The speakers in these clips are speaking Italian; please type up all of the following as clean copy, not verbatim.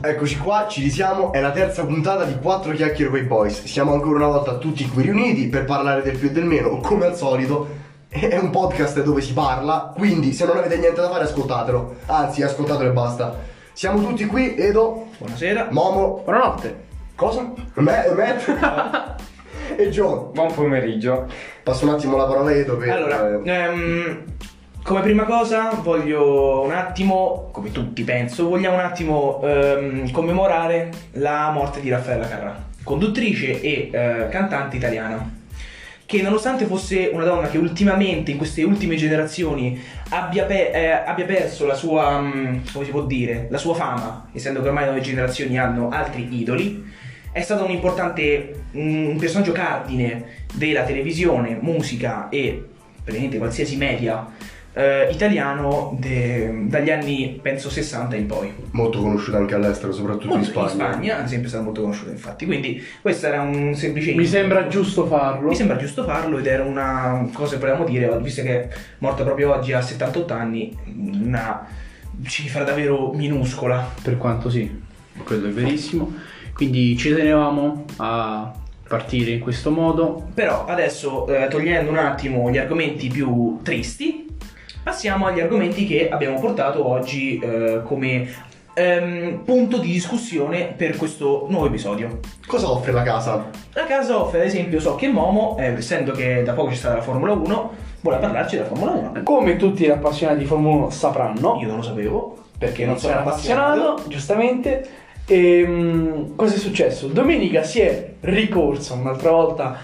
Eccoci qua, ci risiamo, è la terza puntata di 4 chiacchiere coi boys. Siamo ancora una volta tutti qui riuniti per parlare del più e del meno, come al solito. È un podcast dove si parla, quindi se non avete niente da fare ascoltatelo. Anzi, ascoltatelo e basta. Siamo tutti qui, Edo. Buonasera. Momo. Buonanotte. Cosa? Matt. E John. Buon pomeriggio. Passo un attimo la parola a Edo per... Allora, come prima cosa voglio un attimo, come tutti penso, vogliamo un attimo commemorare la morte di Raffaella Carrà, conduttrice e cantante italiana, che nonostante fosse una donna che ultimamente, in queste ultime generazioni, abbia perso la sua, come si può dire, la sua fama, essendo che ormai le nuove generazioni hanno altri idoli, è stata un personaggio cardine della televisione, musica e praticamente qualsiasi media italiano dagli anni penso 60 in poi. Molto conosciuta anche all'estero, soprattutto in Spagna. In Spagna è sempre stata molto conosciuta, infatti. Quindi questo era un semplice... Mi sembra giusto farlo. Mi sembra giusto farlo ed era una cosa che volevamo dire, visto che è morta proprio oggi a 78 anni, una cifra davvero minuscola. Per quanto sì, quello è verissimo. Quindi ci tenevamo a partire in questo modo. Però adesso, togliendo un attimo gli argomenti più tristi, passiamo agli argomenti che abbiamo portato oggi come punto di discussione per questo nuovo episodio. Cosa offre la casa? La casa offre, ad esempio, so che Momo, essendo che da poco c'è stata la Formula 1, vuole parlarci della Formula 1. Come tutti gli appassionati di Formula 1 sapranno, Io non lo sapevo, perché non sono sono appassionato. giustamente. Cosa è successo? Domenica si è ricorsa un'altra volta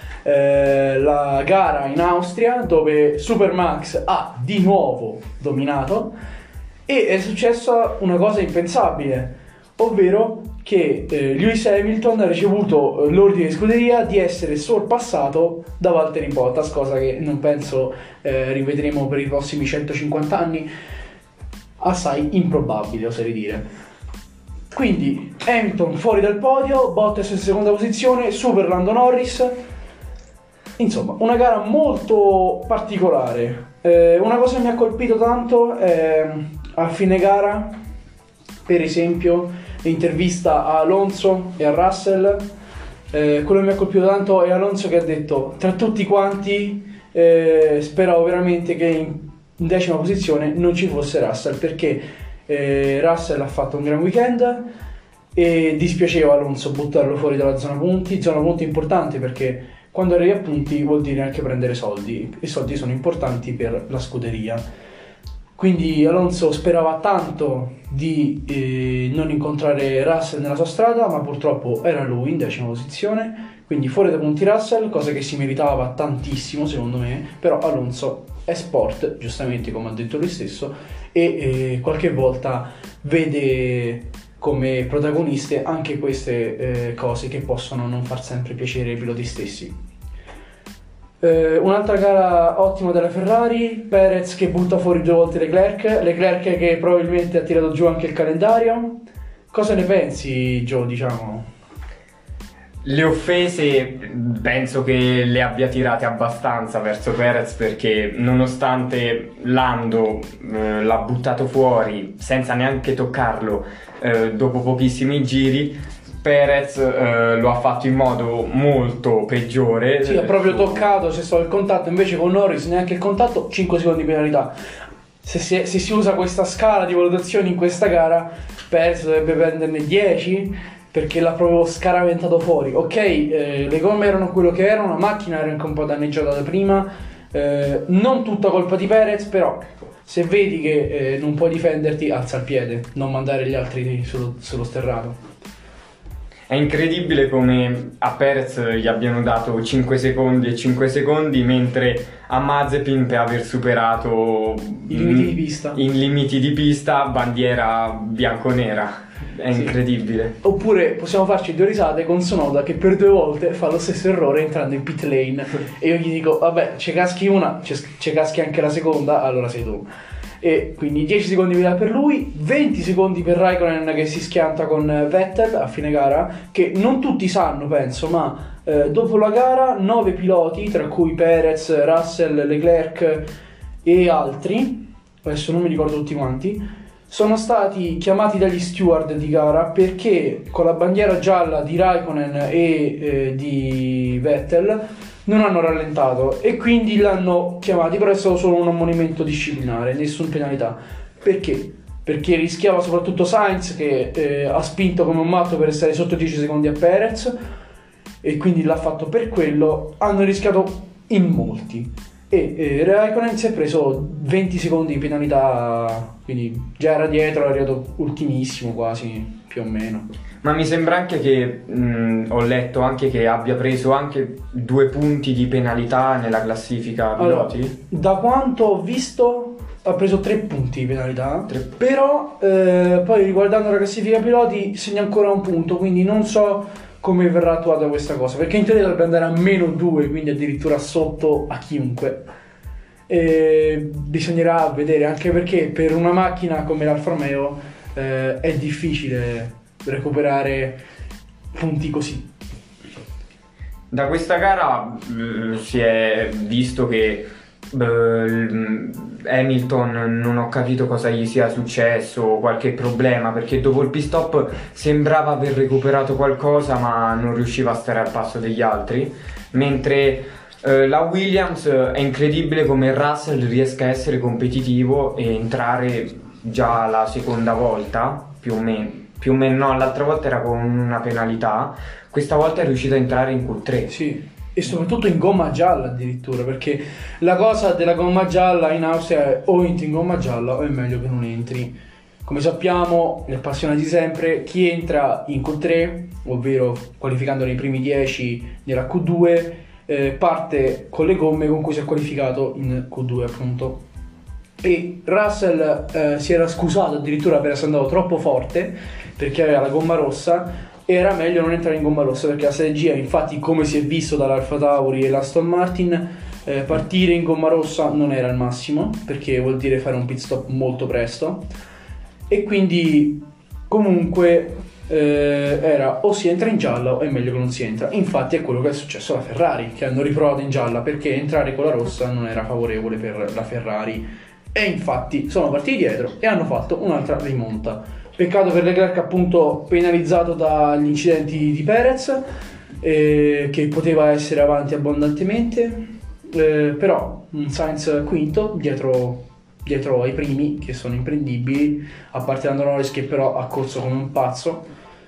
la gara in Austria, dove Supermax ha di nuovo dominato, e è successa una cosa impensabile, ovvero che Lewis Hamilton ha ricevuto l'ordine di scuderia di essere sorpassato da Valtteri Bottas, cosa che non penso rivedremo per i prossimi 150 anni, assai improbabile, oserei dire. Quindi Hamilton fuori dal podio, Bottas in seconda posizione, super Lando Norris. Insomma, una gara molto particolare. Una cosa che mi ha colpito tanto è a fine gara, per esempio, l'intervista a Alonso e a Russell. Quello che mi ha colpito tanto è Alonso che ha detto: tra tutti quanti speravo veramente che in 10ª posizione non ci fosse Russell, perché Russell ha fatto un gran weekend e dispiaceva Alonso buttarlo fuori dalla zona punti importante, perché quando arrivi a punti vuol dire anche prendere soldi, e i soldi sono importanti per la scuderia. Quindi Alonso sperava tanto di non incontrare Russell nella sua strada, ma purtroppo era lui in 10ª posizione, quindi fuori dai punti Russell, cosa che si meritava tantissimo secondo me. Però Alonso è sport, giustamente, come ha detto lui stesso, e qualche volta vede come protagoniste anche queste cose che possono non far sempre piacere ai piloti stessi. Un'altra gara ottima della Ferrari, Perez che butta fuori 2 volte Leclerc che probabilmente ha tirato giù anche il calendario. Cosa ne pensi, Joe, diciamo? Le offese penso che le abbia tirate abbastanza verso Perez, perché nonostante Lando l'ha buttato fuori senza neanche toccarlo dopo pochissimi giri, Perez lo ha fatto in modo molto peggiore. Sì, ha proprio toccato, c'è stato il contatto, invece con Norris neanche il contatto, 5 secondi di penalità. Se si usa questa scala di valutazioni in questa gara, Perez dovrebbe prenderne 10, perché l'ha proprio scaraventato fuori. Ok, le gomme erano quello che erano, la macchina era anche un po' danneggiata da prima, non tutta colpa di Perez, però se vedi che non puoi difenderti, alza il piede, non mandare gli altri sullo sterrato. È incredibile come a Perez gli abbiano dato 5 secondi e 5 secondi, mentre a Mazepin, per aver superato i limiti di pista, in limiti di pista, bandiera bianconera. È incredibile. Oppure possiamo farci 2 risate con Tsunoda che per 2 volte fa lo stesso errore entrando in pit lane, e io gli dico: vabbè, ci caschi una, ci caschi anche la seconda, allora sei tu. E quindi 10 secondi di per lui, 20 secondi per Raikkonen che si schianta con Vettel a fine gara, che non tutti sanno, penso, ma dopo la gara 9 piloti, tra cui Perez, Russell, Leclerc e altri, adesso non mi ricordo tutti quanti, sono stati chiamati dagli steward di gara perché con la bandiera gialla di Raikkonen e di Vettel non hanno rallentato e quindi l'hanno chiamati, però è stato solo un ammonimento disciplinare, nessun penalità. Perché? Perché rischiava soprattutto Sainz che ha spinto come un matto per restare sotto 10 secondi a Perez e quindi l'ha fatto per quello. Hanno rischiato in molti e Raikkonen si è preso 20 secondi di penalità, quindi già era dietro, è arrivato ultimissimo quasi, più o meno. Ma mi sembra anche che ho letto anche che abbia preso anche 2 punti di penalità nella classifica piloti. Allora, da quanto ho visto ha preso 3 punti di penalità, però poi riguardando la classifica piloti segna ancora un punto, quindi non so come verrà attuata questa cosa, perché in teoria dovrebbe andare a -2, quindi addirittura sotto a chiunque. Bisognerà vedere, anche perché per una macchina come l'Alfa Romeo è difficile recuperare punti così. Da questa gara si è visto che Hamilton, non ho capito cosa gli sia successo, qualche problema, perché dopo il pit stop sembrava aver recuperato qualcosa ma non riusciva a stare al passo degli altri, mentre la Williams è incredibile come Russell riesca a essere competitivo e entrare già la seconda volta, più o meno no, l'altra volta era con una penalità, questa volta è riuscita a entrare in Q3. Sì, e soprattutto in gomma gialla addirittura, perché la cosa della gomma gialla in Austria è o entri in gomma gialla o è meglio che non entri. Come sappiamo, gli appassionati sempre, chi entra in Q3, ovvero qualificando nei primi 10 nella Q2, parte con le gomme con cui si è qualificato in Q2 appunto. E Russell si era scusato addirittura per essere andato troppo forte perché aveva la gomma rossa. Era meglio non entrare in gomma rossa perché la strategia, infatti, come si è visto dall'Alfa Tauri e l'Aston Martin, partire in gomma rossa non era il massimo, perché vuol dire fare un pit stop molto presto, e quindi comunque era o si entra in gialla o è meglio che non si entra. Infatti è quello che è successo alla Ferrari, che hanno riprovato in gialla perché entrare con la rossa non era favorevole per la Ferrari, e infatti sono partiti dietro e hanno fatto un'altra rimonta. Peccato per Leclerc, appunto, penalizzato dagli incidenti di Perez, che poteva essere avanti abbondantemente, però Sainz quinto dietro ai primi, che sono imprendibili, a parte Lando Norris che però ha corso come un pazzo.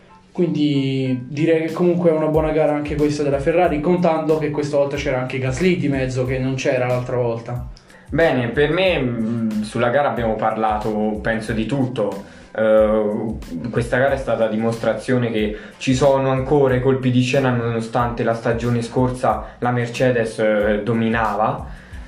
Quindi direi che comunque è una buona gara anche questa della Ferrari, contando che questa volta c'era anche Gasly di mezzo, che non c'era l'altra volta. Bene, per me sulla gara abbiamo parlato, penso, di tutto. Questa gara è stata dimostrazione che ci sono ancora i colpi di scena, nonostante la stagione scorsa la Mercedes dominava,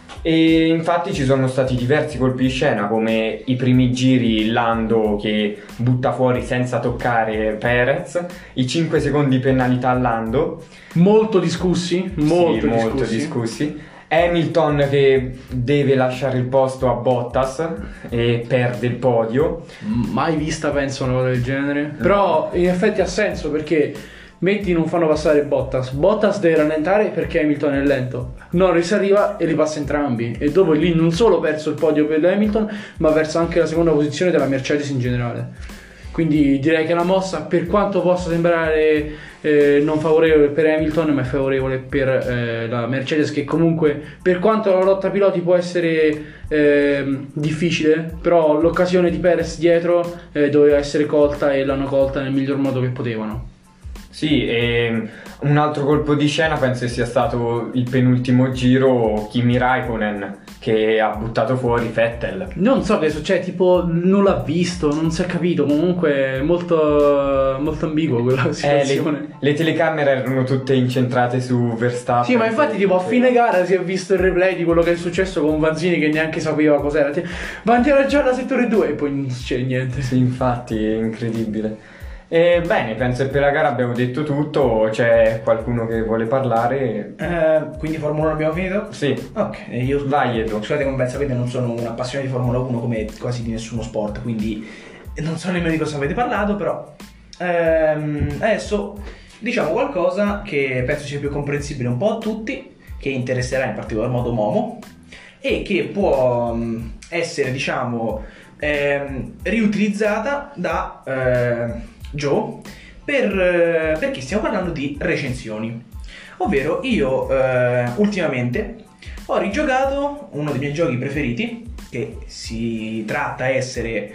e infatti ci sono stati diversi colpi di scena, come i primi giri Lando che butta fuori senza toccare Perez, i 5 secondi penalità a Lando, molto discussi, molto discussi. Hamilton che deve lasciare il posto a Bottas e perde il podio. Mai vista, penso, una cosa del genere. Però in effetti ha senso, perché metti non fanno passare Bottas deve rallentare perché Hamilton è lento, Norris arriva e li passa entrambi, e dopo lì non solo perso il podio per Hamilton, ma perso anche la seconda posizione della Mercedes in generale. Quindi direi che la mossa, per quanto possa sembrare non favorevole per Hamilton, ma è favorevole per la Mercedes, che comunque, per quanto la lotta piloti può essere difficile, però l'occasione di Perez dietro doveva essere colta, e l'hanno colta nel miglior modo che potevano. Sì, e un altro colpo di scena penso sia stato il penultimo giro, Kimi Raikkonen che ha buttato fuori Vettel. Non so che succede, tipo non l'ha visto, non si è capito, comunque molto ambiguo quella situazione. Le telecamere erano tutte incentrate su Verstappen. Sì, ma infatti tipo a fine gara si è visto il replay di quello che è successo con Vanzini, che neanche sapeva cos'era. Bandiera gialla settore 2 e poi non succede niente. Sì, infatti è incredibile. Bene, penso che per la gara abbiamo detto tutto. C'è qualcuno che vuole parlare? Quindi Formula 1 abbiamo finito? Sì. Ok, io vai Edo. Scusate, come ben sapete non sono un appassionato di Formula 1 come quasi di nessuno sport, quindi non so nemmeno di cosa avete parlato, però adesso diciamo qualcosa che penso sia più comprensibile un po' a tutti, che interesserà in particolar modo Momo, e che può essere, diciamo, riutilizzata da Joe perché stiamo parlando di recensioni. Ovvero io ultimamente ho rigiocato uno dei miei giochi preferiti, che si tratta essere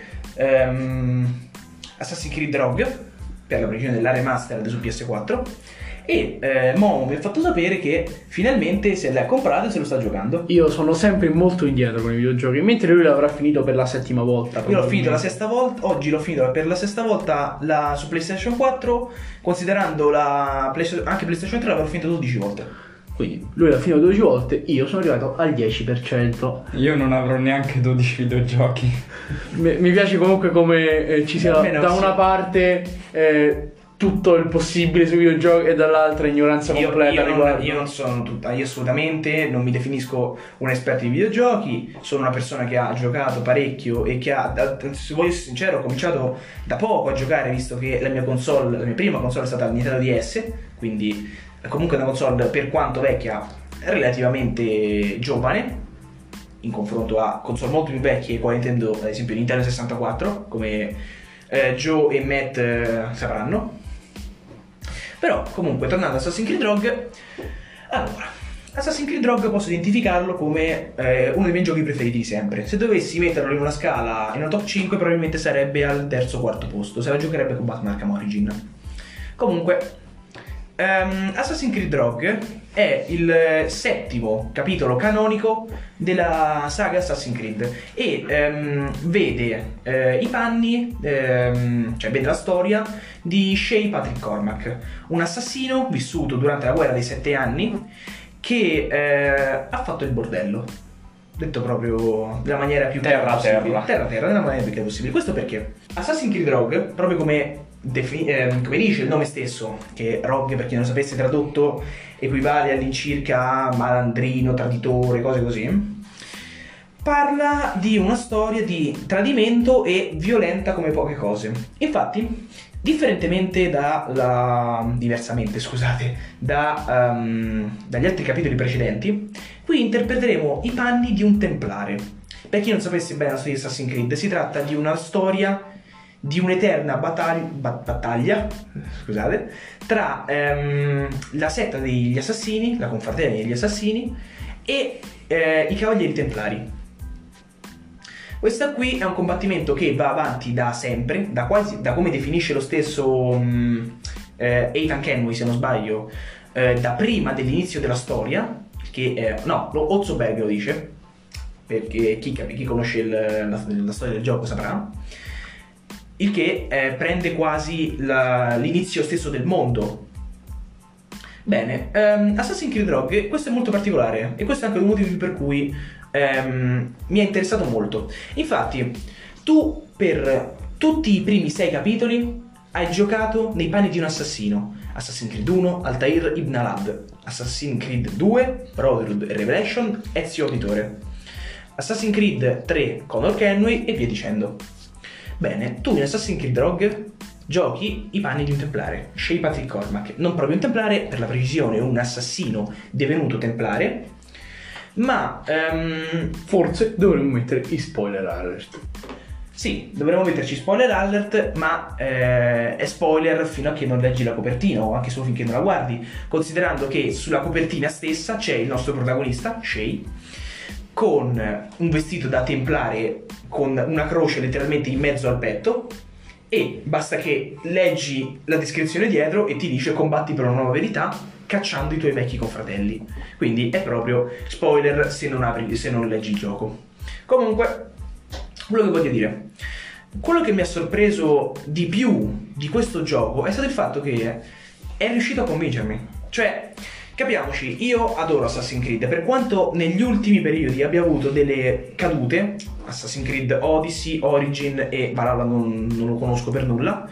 Assassin's Creed Rogue, per la precisione della remastered su PS4, e Momo mi ha fatto sapere che finalmente se l'ha comprato e se lo sta giocando. Io sono sempre molto indietro con i videogiochi, mentre lui l'avrà finito per la 7ª volta. Io l'ho finito la 6ª volta, oggi l'ho finito per la 6ª volta su PlayStation 4, considerando anche PlayStation 3 l'avrò finito 12 volte. Quindi lui l'ha finito 12 volte, io sono arrivato al 10%. Io non avrò neanche 12 videogiochi. Mi piace comunque come ci sia da una parte tutto il possibile sui videogiochi e dall'altra ignoranza completa riguardo. Io non sono io assolutamente non mi definisco un esperto di videogiochi, sono una persona che ha giocato parecchio e che se voglio essere sincero, ho cominciato da poco a giocare, visto che la mia prima console è stata la Nintendo DS, quindi comunque una console, per quanto vecchia, relativamente giovane in confronto a console molto più vecchie, quale intendo ad esempio Nintendo 64, come Joe e Matt sapranno. Però comunque, tornando a Assassin's Creed Rogue, allora, Assassin's Creed Rogue posso identificarlo come uno dei miei giochi preferiti di sempre. Se dovessi metterlo in una scala, in una top 5, probabilmente sarebbe al terzo o quarto posto, se la giocherebbe con Batman Arkham Origin. Comunque, Assassin's Creed Rogue è il 7º capitolo canonico della saga Assassin's Creed e vede i panni, cioè vede la storia di Shay Patrick Cormac, un assassino vissuto durante la guerra dei 7 anni che ha fatto il bordello, detto proprio della maniera più terra nella maniera più possibile. Questo perché Assassin's Creed Rogue, proprio come dice il nome stesso, che Rogue, per chi non lo sapesse tradotto, equivale all'incirca a malandrino, traditore, cose così, parla di una storia di tradimento e violenta come poche cose. Infatti, diversamente dagli altri capitoli precedenti, qui interpreteremo i panni di un templare. Per chi non sapesse bene la storia di Assassin's Creed, si tratta di una storia di un'eterna battaglia tra la setta degli assassini, la confraternita degli assassini e i cavalieri templari. Questo qui è un combattimento che va avanti da sempre, da come definisce lo stesso Ethan Kenway, se non sbaglio, da prima dell'inizio della storia, che Ozzoberg lo dice, perché chi conosce la storia del gioco saprà. Il che prende quasi l'inizio stesso del mondo. Bene, Assassin's Creed Rogue, questo è molto particolare e questo è anche uno dei motivi per cui mi è interessato molto. Infatti, tu per tutti i primi 6 capitoli hai giocato nei panni di un assassino. Assassin's Creed 1, Altair Ibn Alad. Assassin's Creed 2, Brotherhood e Revelation, Ezio Auditore. Assassin's Creed 3, Connor Kenway e via dicendo. Bene, tu in Assassin's Creed Rogue giochi i panni di un templare, Shay Patrick Cormac. Non proprio un templare, per la precisione un assassino divenuto templare, ma forse dovremmo mettere i spoiler alert. Sì, dovremmo metterci spoiler alert, ma è spoiler fino a che non leggi la copertina o anche solo finché non la guardi, considerando che sulla copertina stessa c'è il nostro protagonista, Shay, con un vestito da templare con una croce letteralmente in mezzo al petto, e basta che leggi la descrizione dietro e ti dice combatti per una nuova verità cacciando i tuoi vecchi confratelli. Quindi è proprio spoiler se non leggi il gioco. Comunque, quello che voglio dire, quello che mi ha sorpreso di più di questo gioco è stato il fatto che è riuscito a convincermi. Cioè, capiamoci, io adoro Assassin's Creed, per quanto negli ultimi periodi abbia avuto delle cadute, Assassin's Creed Odyssey, Origin e Valhalla non lo conosco per nulla,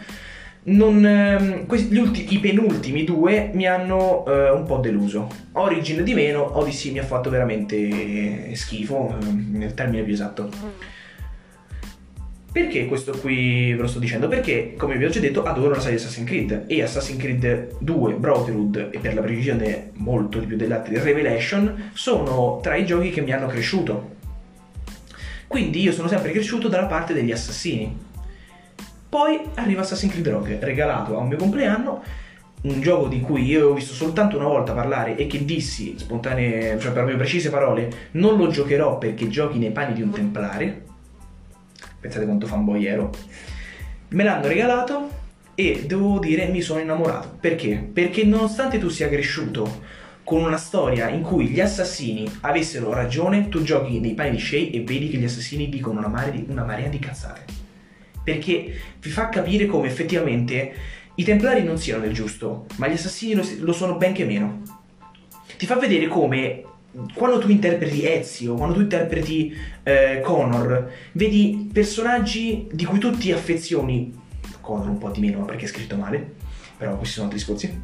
i penultimi 2 mi hanno un po' deluso. Origin di meno, Odyssey mi ha fatto veramente schifo, nel termine più esatto. Perché questo qui ve lo sto dicendo? Perché, come vi ho già detto, adoro la serie Assassin's Creed, e Assassin's Creed 2, Brotherhood e per la precisione molto di più degli altri Revelation sono tra i giochi che mi hanno cresciuto. Quindi io sono sempre cresciuto dalla parte degli assassini. Poi arriva Assassin's Creed Rogue, regalato a un mio compleanno, un gioco di cui io ho visto soltanto una volta parlare e che dissi spontanee, cioè per le precise parole, non lo giocherò perché giochi nei panni di un templare. Pensate quanto fanboy ero. Me l'hanno regalato e devo dire mi sono innamorato. Perché? Perché nonostante tu sia cresciuto con una storia in cui gli assassini avessero ragione, tu giochi nei panni di Shay e vedi che gli assassini dicono una marea di cazzate. Perché vi fa capire come effettivamente i templari non siano nel giusto, ma gli assassini lo sono benché meno. Ti fa vedere come quando tu interpreti Ezio, quando tu interpreti Connor, vedi personaggi di cui tu ti affezioni, Connor un po' di meno perché è scritto male, però questi sono altri discorsi,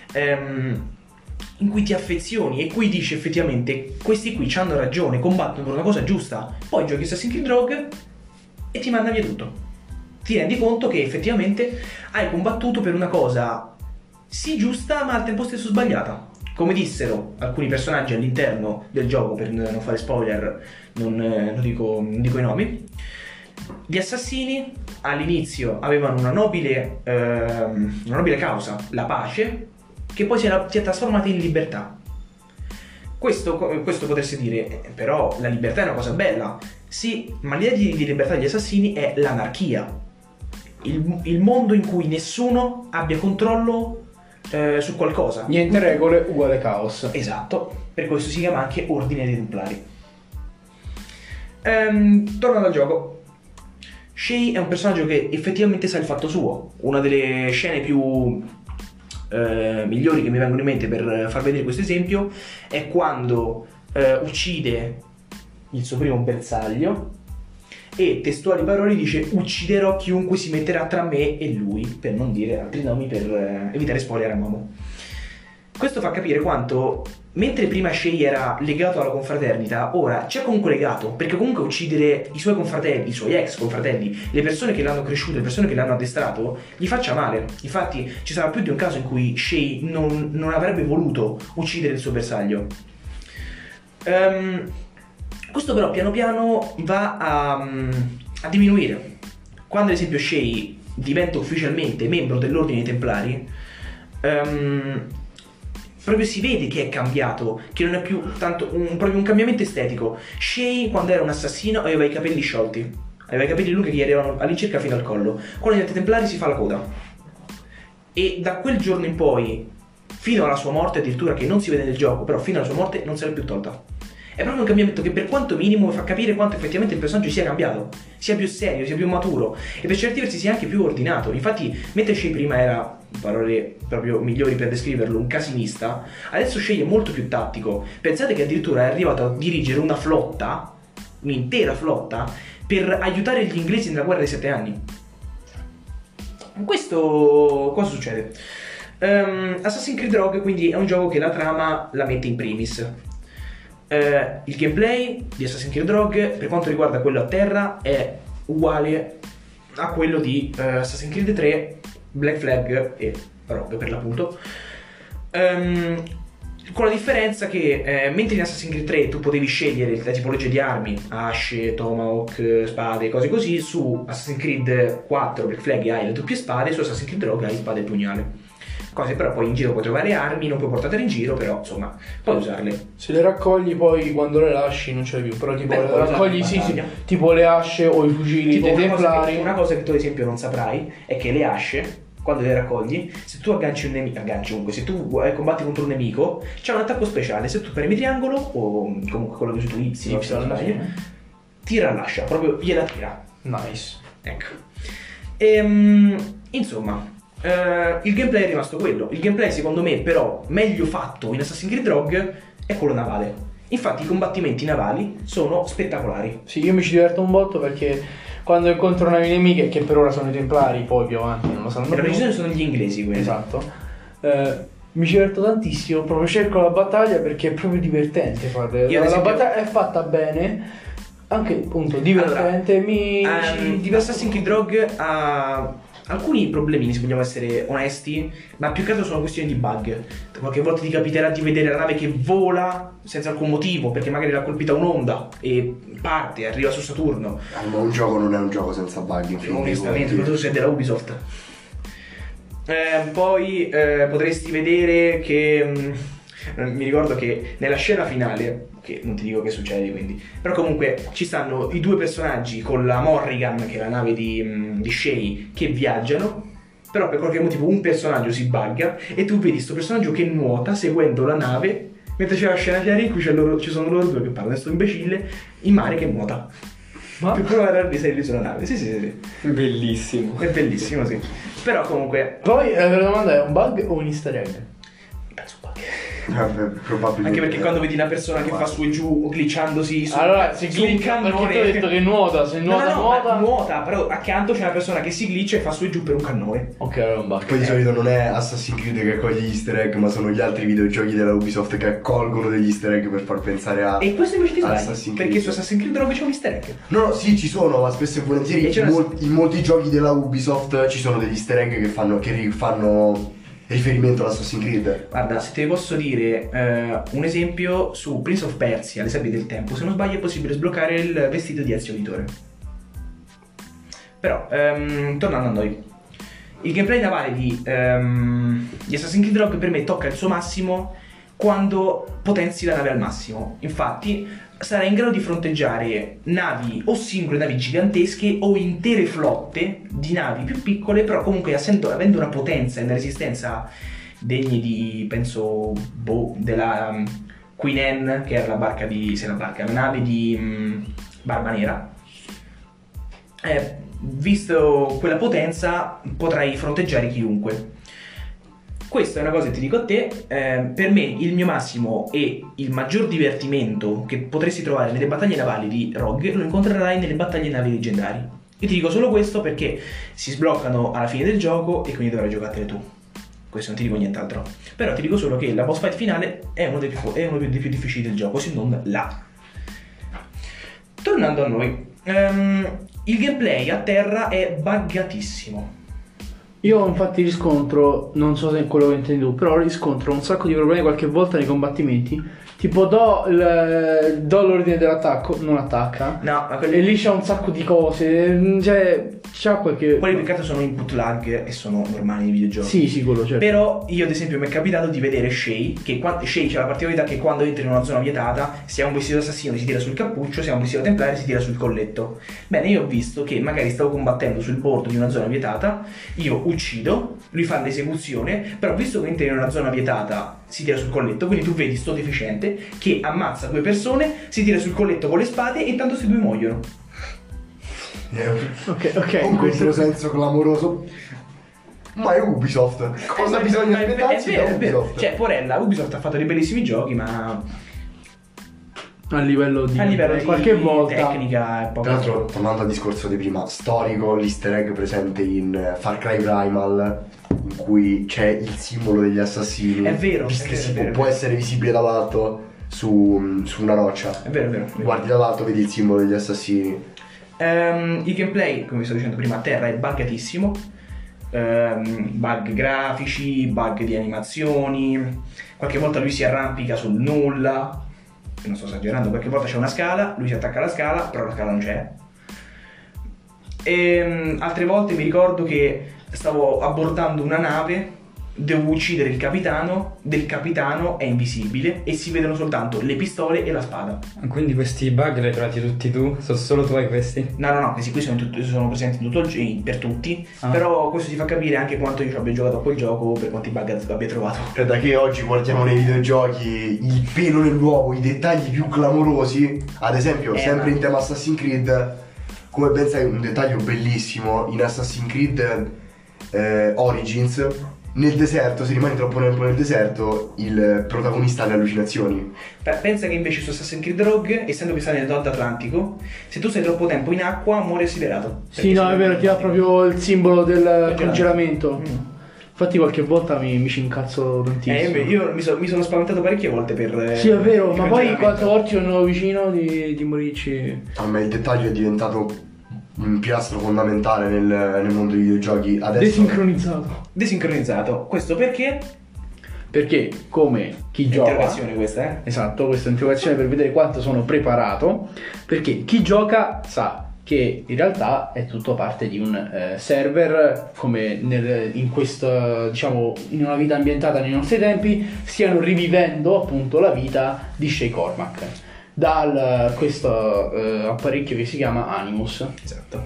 in cui ti affezioni e cui dici effettivamente questi qui hanno ragione, combattono per una cosa giusta. Poi giochi Assassin's Creed Rogue e ti manda via tutto. Ti rendi conto che effettivamente hai combattuto per una cosa sì giusta ma al tempo stesso sbagliata. Come dissero alcuni personaggi all'interno del gioco, per non fare spoiler non dico i nomi, gli assassini all'inizio avevano una nobile causa, la pace, che poi si è trasformata in libertà. Questo potreste dire, però la libertà è una cosa bella. Sì, ma l'idea di libertà degli assassini è l'anarchia. Il mondo in cui nessuno abbia controllo su qualcosa. Niente regole uguale caos. Esatto, per questo si chiama anche Ordine dei Templari. Tornando al gioco, Shay è un personaggio che effettivamente sa il fatto suo. Una delle scene più migliori che mi vengono in mente per far vedere questo esempio è quando uccide il suo primo bersaglio e testuali parole dice: ucciderò chiunque si metterà tra me e lui, per non dire altri nomi, per evitare spoiler a Momo. Questo fa capire quanto, mentre prima Shay era legato alla confraternita, ora c'è comunque legato, perché comunque uccidere i suoi confratelli, i suoi ex confratelli, le persone che l'hanno cresciuto, le persone che l'hanno addestrato, gli faccia male. Infatti ci sarà più di un caso in cui Shay non avrebbe voluto uccidere il suo bersaglio. Questo però piano piano va a diminuire. Quando ad esempio Shay diventa ufficialmente membro dell'Ordine dei Templari, proprio si vede che è cambiato, che non è più tanto proprio un cambiamento estetico. Shay quando era un assassino aveva i capelli sciolti, aveva i capelli lunghi che gli arrivavano all'incirca fino al collo. Quando diventa templari si fa la coda. E da quel giorno in poi, fino alla sua morte addirittura, che non si vede nel gioco, però fino alla sua morte non se l'è più tolta. È proprio un cambiamento che per quanto minimo fa capire quanto effettivamente il personaggio sia cambiato, sia più serio, sia più maturo e per certi versi sia anche più ordinato. Infatti mentre Shay prima era, parole proprio migliori per descriverlo, un casinista, adesso Shay è molto più tattico. Pensate che addirittura è arrivato a dirigere una flotta, un'intera flotta, per aiutare gli inglesi nella guerra dei 7 anni. Questo cosa succede? Assassin's Creed Rogue quindi è un gioco che la trama la mette in primis. Il gameplay di Assassin's Creed Rogue per quanto riguarda quello a terra è uguale a quello di Assassin's Creed 3, Black Flag e Rogue per l'appunto, con la differenza che mentre in Assassin's Creed 3 tu potevi scegliere la tipologia di armi, asce, tomahawk, spade, cose così, su Assassin's Creed 4 Black Flag hai le doppie spade, su Assassin's Creed Rogue hai spade e pugnale. Cose però poi in giro puoi trovare armi, non puoi portarle in giro, però insomma puoi usarle. Se le raccogli poi quando le lasci non ce le più, però tipo Beh, le raccogli sì, tipo le asce o i fucili Tipo dei templari. una cosa che tu ad esempio non saprai è che le asce, quando le raccogli, se tu agganci un nemico, comunque se tu combatti contro un nemico, c'è un attacco speciale, se tu premi triangolo o comunque quello che usi tu Y, ti rilascia, proprio gliela tira. Nice. Ecco. Insomma, il gameplay è rimasto quello. Il gameplay secondo me però meglio fatto in Assassin's Creed Rogue è quello navale. Infatti i combattimenti navali sono spettacolari. Sì, io mi ci diverto un botto perché quando incontro navi nemiche, che per ora sono i templari, poi più avanti non lo sanno Per la più. precisione sono gli inglesi quelli. Esatto. Mi ci diverto tantissimo, proprio cerco la battaglia perché è proprio divertente farle. Io, ad La esempio- battaglia è fatta bene, anche appunto divertente. Allora, Assassin's Creed Rogue ha alcuni problemini, se vogliamo essere onesti, ma più che altro sono questioni di bug. Qualche volta ti capiterà di vedere la nave che vola senza alcun motivo, perché magari l'ha colpita un'onda e parte, arriva su Saturno. Ma un gioco non è un gioco senza bug, in fin dei Onestamente, conti. tu sei della Ubisoft. Poi potresti vedere che mi ricordo che nella scena finale, che non ti dico che succede quindi, però comunque ci stanno i due personaggi con la Morrigan, che è la nave di Shay, che viaggiano, però per qualche motivo un personaggio si bugga e tu vedi questo personaggio che nuota seguendo la nave, mentre c'è la scena finale in cui ci sono loro due che parlano, questo imbecille in mare che nuota. Ma Per provare a risalire sulla nave. Sì. Bellissimo. È bellissimo, sì. Però comunque poi la vera domanda è un bug o un easter egg? penso un bug. Probabilmente. Anche perché quando vedi una persona che fa su e giù glitchandosi su, Allora, se su un glitcha, perché cannone, tu hai detto che nuota, se nuota, ma nuota, però accanto c'è una persona che si glitcha e fa su e giù per un cannone. Ok, allora è un bug. Poi di solito non è Assassin's Creed che accoglie gli easter egg, ma sono gli altri videogiochi della Ubisoft che accolgono degli easter egg per far pensare a... E questo invece ti sbagli, Assassin's perché Creed. su Assassin's Creed Rogue c'è un easter egg. No, sì, ci sono, ma spesso e volentieri E c'è in molti giochi della Ubisoft ci sono degli easter egg che fanno riferimento all'Assassin's Creed. Guarda, se te posso dire un esempio, su Prince of Persia, Le sabbie del tempo, se non sbaglio è possibile sbloccare il vestito di Ezio Auditore. Però, tornando a noi, il gameplay navale di Assassin's Creed Rogue per me tocca il suo massimo quando potenzi la nave al massimo. Infatti sarà in grado di fronteggiare navi o singole navi gigantesche o intere flotte di navi più piccole, però comunque avendo una potenza e una resistenza degne di, penso, della Queen Anne, che era la nave di Barba Nera. Visto quella potenza potrai fronteggiare chiunque. Questa è una cosa che ti dico a te, per me il mio massimo e il maggior divertimento che potresti trovare nelle battaglie navali di Rogue lo incontrerai nelle battaglie navi leggendari. Io ti dico solo questo perché si sbloccano alla fine del gioco e quindi dovrai giocartele tu. Questo non ti dico nient'altro. Però ti dico solo che la boss fight finale è uno dei più difficili del gioco, se non la. Tornando a noi, il gameplay a terra è buggatissimo. Io infatti riscontro, non so se è quello che intendi tu, però riscontro un sacco di problemi qualche volta nei combattimenti. Tipo do l'ordine dell'attacco, non attacca. No, ma E lì c'è un sacco di cose, cioè c'ha qualche... quelli più che altro sono input lag e sono normali nei videogiochi. Sì, sicuro, certo. Però io ad esempio mi è capitato di vedere Shay, che Shay c'ha la particolarità che quando entra in una zona vietata, se ha un vestito assassino si tira sul cappuccio, se ha un vestito templare si tira sul colletto. Bene, io ho visto che magari stavo combattendo sul bordo di una zona vietata, io uccido, lui fa l'esecuzione, però visto che entra in una zona vietata si tira sul colletto, quindi tu vedi sto deficiente che ammazza due persone, si tira sul colletto con le spade e intanto questi due muoiono. Ok. Con questo senso clamoroso. Ma è Ubisoft. Cosa bisogna aspettarsi da è vero. Ubisoft? Cioè, porella, Ubisoft ha fatto dei bellissimi giochi, ma A livello di qualche volta tecnica è poco. Tra l'altro, tornando al discorso di prima, storico l'easter egg presente in Far Cry Primal, in cui c'è il simbolo degli assassini. È vero, che è vero, può essere visibile dall'alto su una roccia. È vero. Guardi dall'alto, vedi il simbolo degli assassini. Il gameplay, come vi stavo dicendo prima, a terra è buggatissimo. Bug grafici, bug di animazioni. Qualche volta lui si arrampica sul nulla. Non sto esagerando, qualche volta c'è una scala, lui si attacca alla scala, però la scala non c'è. E altre volte mi ricordo che stavo abbordando una nave, devo uccidere il capitano, del capitano è invisibile e si vedono soltanto le pistole e la spada. Quindi questi bug li hai trovati tutti tu? Sono solo tu hai questi? No, questi qui sono presenti in tutto per tutti, però questo ti fa capire anche quanto io ci abbia giocato a quel gioco, per quanti bug abbia trovato. E da che oggi guardiamo nei videogiochi il pelo nell'uovo, i dettagli più clamorosi, ad esempio, sempre in tema Assassin's Creed, come ben sai, un dettaglio bellissimo in Assassin's Creed Origins. Nel deserto, se rimani troppo tempo nel deserto, il protagonista ha le allucinazioni. Pensa che invece su Assassin's Creed Rogue, essendo che sta nel Nord Atlantico, se tu stai troppo tempo in acqua muori assiderato. Sì, no, è vero, ti dà proprio il simbolo del congelamento. Mm. Infatti qualche volta mi ci incazzo tantissimo. Io mi sono spaventato parecchie volte per... Sì, è vero, ma poi congelamento. quante volte sono vicino di morirci. A me il dettaglio è diventato un pilastro fondamentale nel mondo dei videogiochi adesso. Desincronizzato. Questo perché? Perché come chi gioca... Interrogazione questa, Esatto, questa è un'interrogazione per vedere quanto sono preparato. Perché chi gioca sa che in realtà è tutto parte di un server, come in questo, diciamo, in una vita ambientata nei nostri tempi, stiano rivivendo appunto la vita di Shay Cormac dal questo apparecchio che si chiama Animus. Esatto.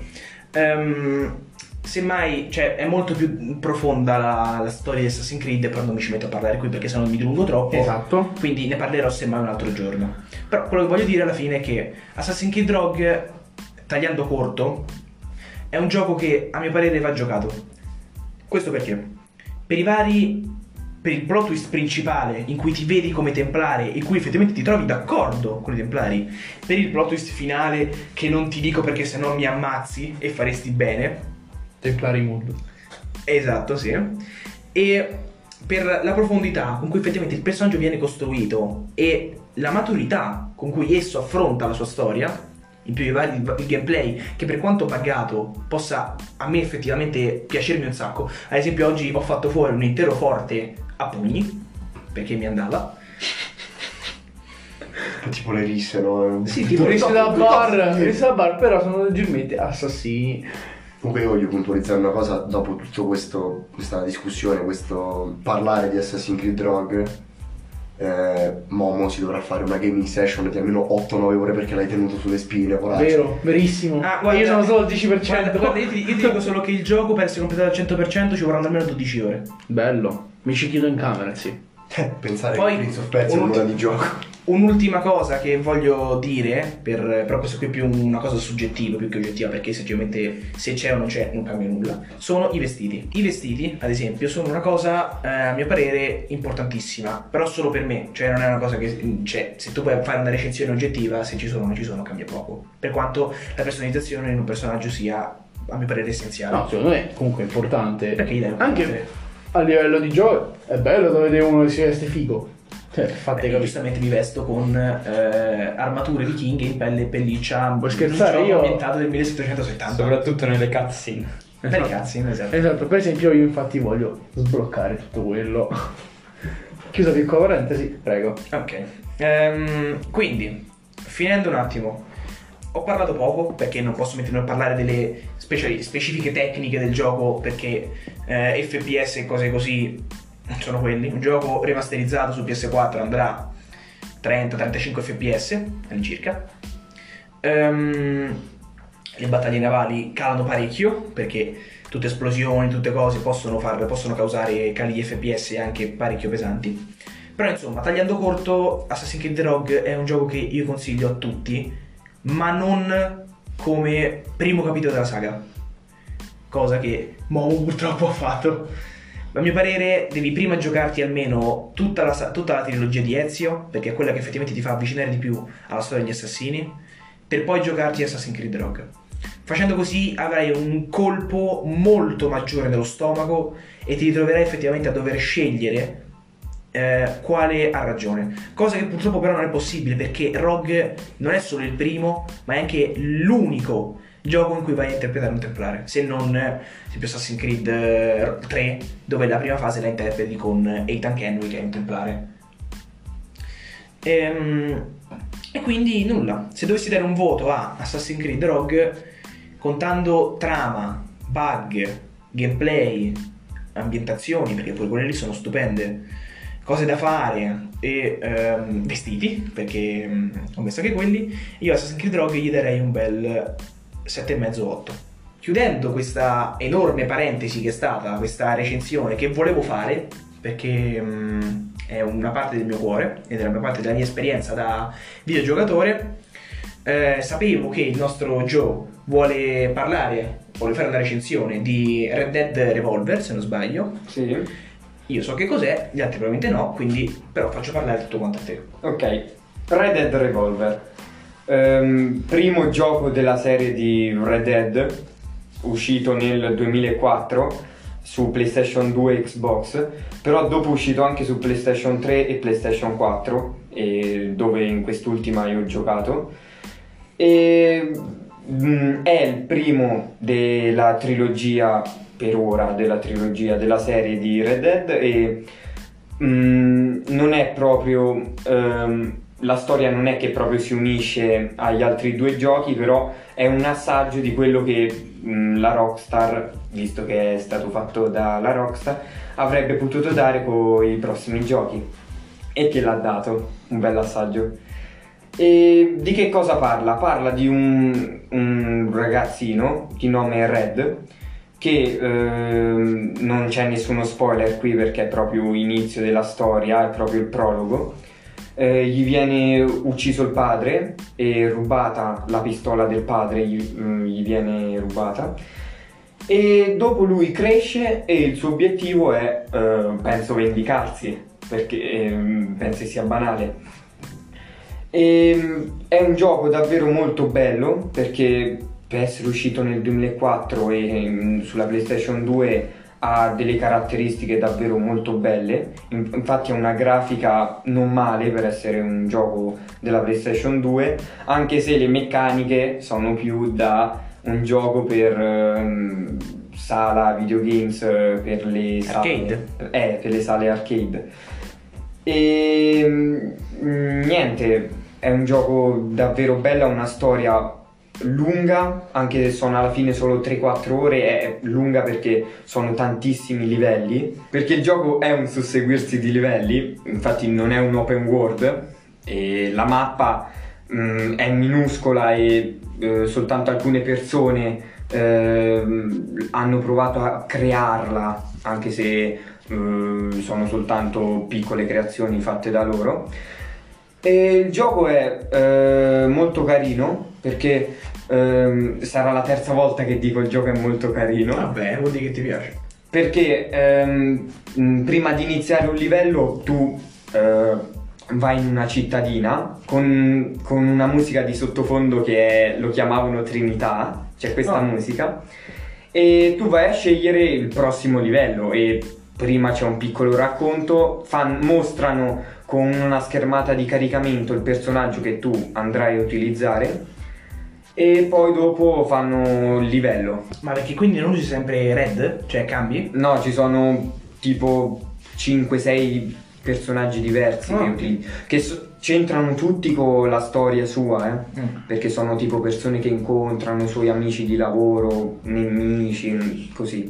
Semmai, cioè, è molto più profonda la storia di Assassin's Creed, però non mi ci metto a parlare qui perché sennò mi dilungo troppo. Esatto. Quindi ne parlerò semmai un altro giorno. Però quello che voglio dire alla fine è che Assassin's Creed Rogue, tagliando corto, è un gioco che a mio parere va giocato. Questo perché? Per il plot twist principale in cui ti vedi come templare, in cui effettivamente ti trovi d'accordo con i templari, per il plot twist finale che non ti dico perché sennò mi ammazzi e faresti bene. Templari mood. Esatto, sì. E per la profondità con cui effettivamente il personaggio viene costruito e la maturità con cui esso affronta la sua storia, in più il gameplay, che per quanto buggato possa a me effettivamente piacermi un sacco. Ad esempio oggi ho fatto fuori un intero forte a pugni perché mi andava. Tipo le risse, no? Sì, tipo Risse da bar, però sono leggermente assassini. Comunque io voglio puntualizzare una cosa dopo tutto questa discussione, questo parlare di Assassin's Creed Rogue. Momo si dovrà fare una gaming session di almeno 8-9 ore perché l'hai tenuto sulle spine, poraccio. Vero, verissimo. Guarda, io sono solo al 10%. Guarda, io ti dico solo che il gioco per essere completato al 100% ci vorranno almeno 12 ore. Bello, mi ci chiudo in camera, sì. Pensare Poi, che Prince of Persia è un'ora di gioco. Un'ultima cosa che voglio dire, però questo qui è più una cosa soggettiva più che oggettiva, perché semplicemente se c'è o non c'è non cambia nulla, sono i vestiti. I vestiti, ad esempio, sono una cosa a mio parere importantissima, però solo per me, cioè non è una cosa che, cioè, se tu puoi fare una recensione oggettiva, se ci sono o non ci sono cambia poco, per quanto la personalizzazione in un personaggio sia a mio parere essenziale. No, secondo me comunque è importante. Perché gli dai un anche potere. a livello di gioco è bello da vedere uno che si veste figo. Fate Io capire. giustamente mi vesto con armature vichinghe in pelle e pelliccia. Vuoi scherzare? Un gioco Io ambientato nel 1770. Soprattutto nelle cutscene. Per i cazzi, esatto. Esatto, per esempio io infatti voglio sbloccare tutto quello. Chiusa piccola parentesi, prego. Ok. Quindi, finendo un attimo, ho parlato poco perché non posso mettermi a parlare delle specifiche tecniche del gioco, perché FPS e cose così sono quelli. Un gioco remasterizzato su PS4 andrà 30-35 fps all'incirca. Le battaglie navali calano parecchio perché tutte esplosioni, tutte cose possono causare cali di fps anche parecchio pesanti. Però insomma, tagliando corto, Assassin's Creed Rogue è un gioco che io consiglio a tutti, ma non come primo capitolo della saga, cosa che Momo purtroppo ha fatto. A mio parere devi prima giocarti almeno tutta la trilogia di Ezio, perché è quella che effettivamente ti fa avvicinare di più alla storia degli assassini, per poi giocarti Assassin's Creed Rogue. Facendo così avrai un colpo molto maggiore nello stomaco e ti ritroverai effettivamente a dover scegliere quale ha ragione, cosa che purtroppo però non è possibile, perché Rogue non è solo il primo, ma è anche l'unico gioco in cui vai a interpretare un templare, se non ad esempio Assassin's Creed 3, dove la prima fase la interpreti con Ethan Kenway, che è un templare. E quindi nulla, se dovessi dare un voto a Assassin's Creed Rogue, contando trama, bug, gameplay, ambientazioni, perché pure quelle lì sono stupende, cose da fare e vestiti, perché ho messo anche quelli, io a Assassin's Creed Rogue gli darei un bel 7,5-8. Chiudendo questa enorme parentesi che è stata questa recensione che volevo fare, perché è una parte del mio cuore ed è una parte della mia esperienza da videogiocatore, sapevo che il nostro Joe vuole fare una recensione di Red Dead Revolver, se non sbaglio. Sì. Io so che cos'è, gli altri probabilmente no, quindi però faccio parlare tutto quanto a te. Ok, Red Dead Revolver, primo gioco della serie di Red Dead, uscito nel 2004 su PlayStation 2 e Xbox, però dopo è uscito anche su PlayStation 3 e PlayStation 4, dove in quest'ultima io ho giocato. E È il primo della trilogia, per ora, della trilogia della serie di Red Dead e non è proprio... la storia non è che proprio si unisce agli altri due giochi, però è un assaggio di quello che la Rockstar, visto che è stato fatto dalla Rockstar, avrebbe potuto dare con i prossimi giochi e che l'ha dato, un bel assaggio. E di che cosa parla? Parla di un ragazzino di nome Red che non c'è nessuno spoiler qui perché è proprio inizio della storia, è proprio il prologo. Gli viene ucciso il padre e rubata la pistola del padre, gli viene rubata e dopo lui cresce e il suo obiettivo è, penso, vendicarsi, perché penso sia banale. È un gioco davvero molto bello perché per essere uscito nel 2004 e sulla PlayStation 2 ha delle caratteristiche davvero molto belle, infatti ha una grafica non male per essere un gioco della PlayStation 2, anche se le meccaniche sono più da un gioco per sala videogames, per le arcade. Per le sale arcade. E niente, è un gioco davvero bello, ha una storia lunga, anche se sono alla fine solo 3-4 ore, è lunga perché sono tantissimi livelli, perché il gioco è un susseguirsi di livelli, infatti non è un open world e la mappa è minuscola e soltanto alcune persone hanno provato a crearla, anche se sono soltanto piccole creazioni fatte da loro. E il gioco è molto carino perché sarà la terza volta che dico il gioco è molto carino. Vabbè, vuol dire che ti piace. Perché prima di iniziare un livello tu vai in una cittadina con una musica di sottofondo lo chiamavano Trinità, c'è questa musica, e tu vai a scegliere il prossimo livello e prima c'è un piccolo racconto, mostrano con una schermata di caricamento il personaggio che tu andrai a utilizzare e poi dopo fanno il livello. Ma perché quindi non usi sempre Red? Cioè cambi? No, ci sono tipo 5-6 personaggi diversi che utilizzi, che c'entrano tutti con la storia sua, perché sono tipo persone che incontrano, i suoi amici di lavoro, nemici, così.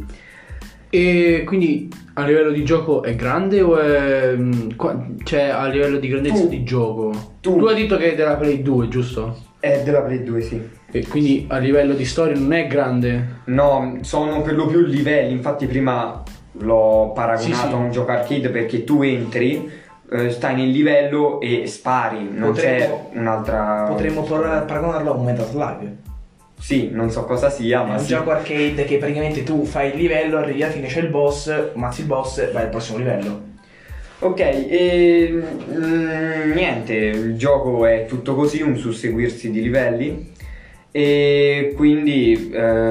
E quindi a livello di gioco è grande o è... cioè a livello di grandezza di gioco? Tu hai detto che è della Play 2, giusto? È della Play 2, sì. E quindi a livello di storia non è grande? No, sono per lo più livelli, infatti prima l'ho paragonato a un gioco arcade perché tu entri, stai nel livello e spari, non c'è un'altra... Potremmo paragonarlo a un Metal Slug. Sì, non so cosa sia, ma è un gioco arcade che praticamente tu fai il livello, arrivi alla fine, c'è il boss, ammazzi il boss, vai al prossimo livello. Ok, e niente, il gioco è tutto così, un susseguirsi di livelli e quindi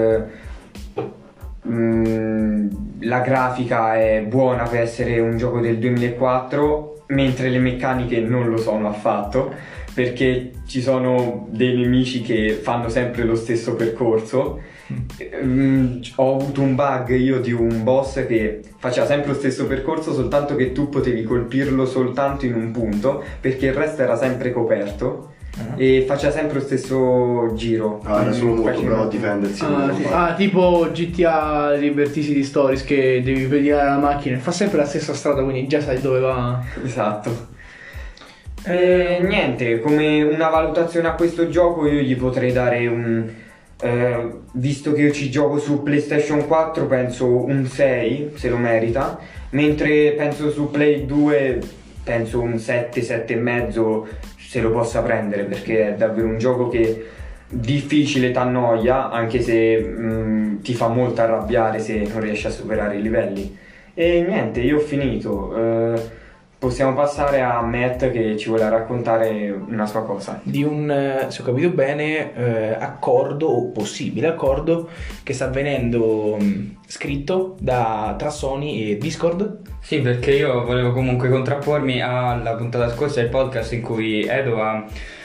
la grafica è buona per essere un gioco del 2004, mentre le meccaniche non lo sono affatto, perché ci sono dei nemici che fanno sempre lo stesso percorso. Ho avuto un bug io di un boss che faceva sempre lo stesso percorso, soltanto che tu potevi colpirlo soltanto in un punto perché il resto era sempre coperto e faceva sempre lo stesso giro. Era solo molto bravo a difendersi. Tipo GTA Liberty City Stories, che devi pedinare la macchina e fa sempre la stessa strada, quindi già sai dove va. Esatto. Niente, come una valutazione a questo gioco io gli potrei dare un... visto che io ci gioco su PlayStation 4 penso un 6, se lo merita, mentre penso su Play 2 penso un 7, 7,5 se lo possa prendere, perché è davvero un gioco che difficile, t'annoia, anche se ti fa molto arrabbiare se non riesci a superare i livelli. E niente, io ho finito. Possiamo passare a Matt che ci vuole raccontare una sua cosa. Di un, se ho capito bene, accordo o possibile accordo che sta avvenendo scritto tra Sony e Discord. Sì, perché io volevo comunque contrappormi alla puntata scorsa del podcast in cui Edo ha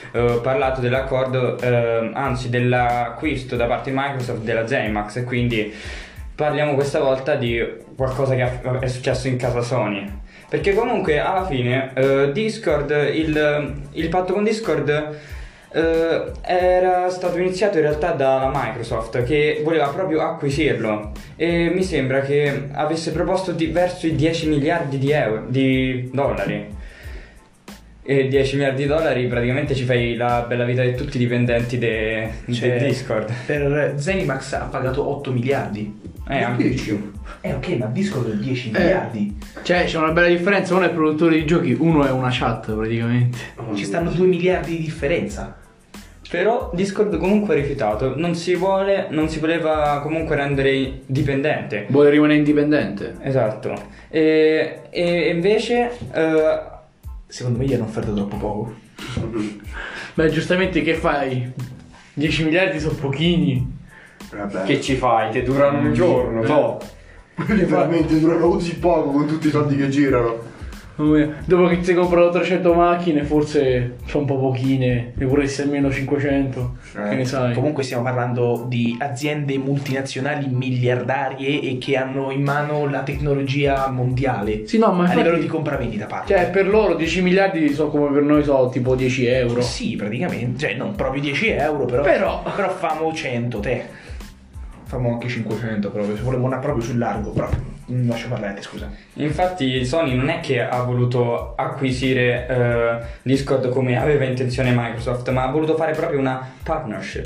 parlato dell'accordo, anzi dell'acquisto da parte di Microsoft della ZeniMax, e quindi parliamo questa volta di qualcosa che è successo in casa Sony. Perché comunque alla fine Discord, il patto con Discord era stato iniziato in realtà dalla Microsoft, che voleva proprio acquisirlo, e mi sembra che avesse proposto verso i 10 miliardi di dollari. E 10 miliardi di dollari praticamente ci fai la bella vita di tutti i dipendenti di Discord. Per ZeniMax ha pagato 8 miliardi. Anche di più. Ok, ma Discord 10 miliardi. Cioè, c'è una bella differenza. Uno è il produttore di giochi, uno è una chat praticamente. Ci stanno 2 miliardi di differenza. Però Discord comunque ha rifiutato, non si voleva comunque rendere dipendente. Vuole rimanere indipendente. Esatto. E invece secondo me gli hanno offerto troppo poco. Beh, giustamente che fai? 10 miliardi sono pochini. Vabbè. che ci fai? Ti durano un giorno, no? Quelli veramente durano così poco con tutti i soldi che girano. Dopo che si comprano 300 macchine, forse sono un po' pochine, ne vorresti almeno 500, che ne sai. Comunque stiamo parlando di aziende multinazionali miliardarie e che hanno in mano la tecnologia mondiale. Sì, no, ma a infatti, livello di compravendita parlo. cioè, per loro 10 miliardi sono come per noi sono tipo 10 euro. Sì, praticamente, cioè non proprio 10 euro, però famo 100, te. Famo anche 500 proprio, se volevo andare proprio sul largo, però lascio parlare, scusa. Infatti Sony non è che ha voluto acquisire Discord come aveva intenzione Microsoft, ma ha voluto fare proprio una partnership.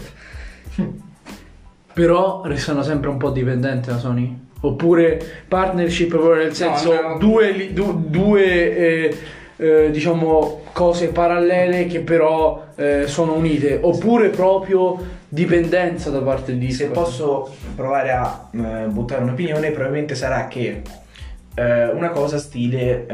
Però restano sempre un po' dipendenti da Sony? Oppure partnership proprio nel senso no. due diciamo cose parallele che però sono unite, oppure proprio dipendenza da parte di Se Discord? posso provare a buttare un'opinione, probabilmente sarà che una cosa stile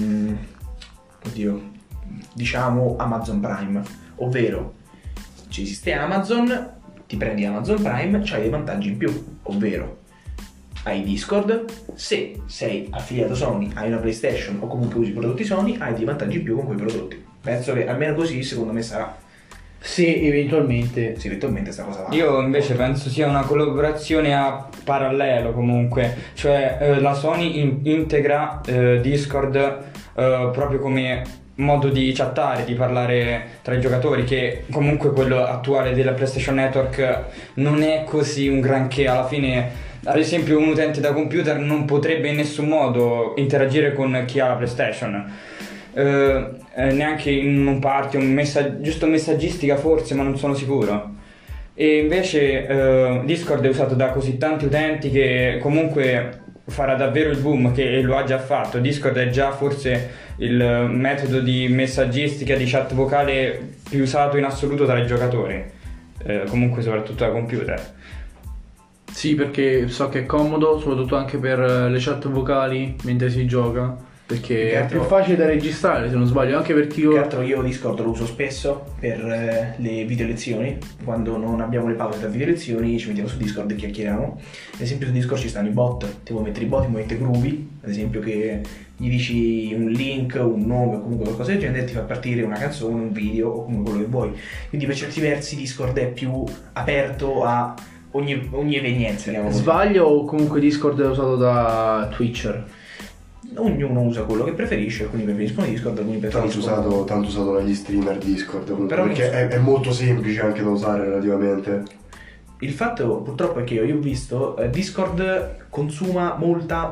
diciamo Amazon Prime, ovvero ci esiste Amazon, ti prendi Amazon Prime, c'hai dei vantaggi in più, ovvero hai Discord, se sei affiliato Sony, hai una PlayStation o comunque usi prodotti Sony, hai dei vantaggi in più con quei prodotti. Penso che almeno così, secondo me, sarà. Sì, eventualmente. Sì, eventualmente sta cosa va. Io invece penso sia una collaborazione a parallelo comunque, cioè la Sony integra Discord proprio come modo di chattare, di parlare tra i giocatori, che comunque quello attuale della PlayStation Network non è così un granché. Alla fine, ad esempio, un utente da computer non potrebbe in nessun modo interagire con chi ha la PlayStation, neanche in un party, giusto messaggistica forse, ma non sono sicuro. E invece Discord è usato da così tanti utenti che comunque farà davvero il boom, che lo ha già fatto. Discord è già forse il metodo di messaggistica, di chat vocale più usato in assoluto tra i giocatori, comunque soprattutto da computer. Sì, perché so che è comodo, soprattutto anche per le chat vocali mentre si gioca, perché è più facile da registrare, se non sbaglio, anche perché Più che altro io Discord lo uso spesso per le video lezioni. Quando non abbiamo le pause tra video lezioni ci mettiamo su Discord e chiacchieriamo. Ad esempio su Discord ci stanno i bot, ti puoi mettere i bot, ti puoi mettere Groovy, ad esempio, che gli dici un link, un nome o comunque qualcosa del genere e ti fa partire una canzone, un video o comunque quello che vuoi. Quindi per certi versi Discord è più aperto a ogni evenienza, diciamo così. Sbaglio, o comunque Discord è usato da Twitcher? Ognuno usa quello che preferisce, alcuni preferiscono Discord, alcuni preferiscono Tanto usato dagli streamer Discord comunque, Però perché è molto semplice anche da usare relativamente. Il fatto purtroppo è che io ho visto Discord consuma molta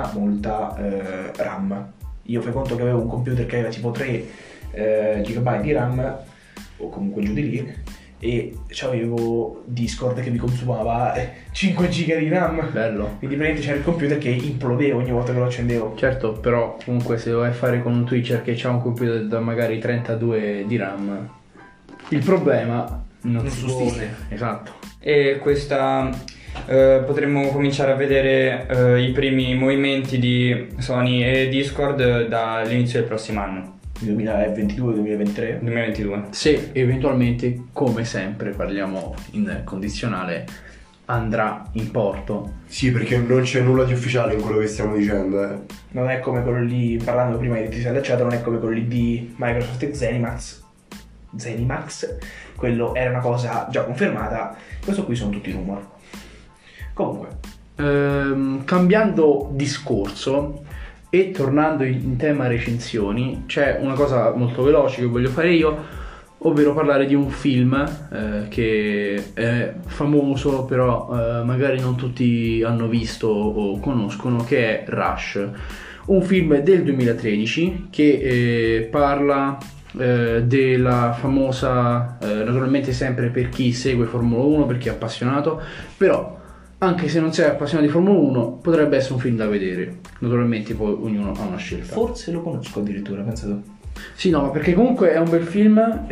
RAM. Io fai conto che avevo un computer che aveva tipo 3 GB di RAM o comunque giù di lì, e c'avevo Discord che mi consumava 5 GB di RAM. Bello. Quindi praticamente c'era il computer che implodeva ogni volta che lo accendevo. Certo, però comunque se lo vai a fare con un Twitcher che ha un computer da magari 32 di RAM, il problema non si sussiste. Esatto. E questa potremmo cominciare a vedere i primi movimenti di Sony e Discord dall'inizio del prossimo anno, 2022-2023. 2022. Se eventualmente, come sempre, parliamo in condizionale, andrà in porto. Sì, perché non c'è nulla di ufficiale in quello che stiamo dicendo. Non è come quello lì, parlando prima di Tisellacciato, non è come quello lì di Microsoft e ZeniMax, Zenimax, quello era una cosa già confermata, questo qui sono tutti rumor. Comunque, cambiando discorso e tornando in tema recensioni, c'è una cosa molto veloce che voglio fare io, ovvero parlare di un film che è famoso, però magari non tutti hanno visto o conoscono, che è Rush, un film del 2013 che parla della famosa, naturalmente sempre per chi segue Formula 1, per chi è appassionato, però anche se non sei appassionato di Formula 1 potrebbe essere un film da vedere, naturalmente poi ognuno ha una scelta. forse lo conosco addirittura, pensa tu. Sì, no, ma perché comunque è un bel film,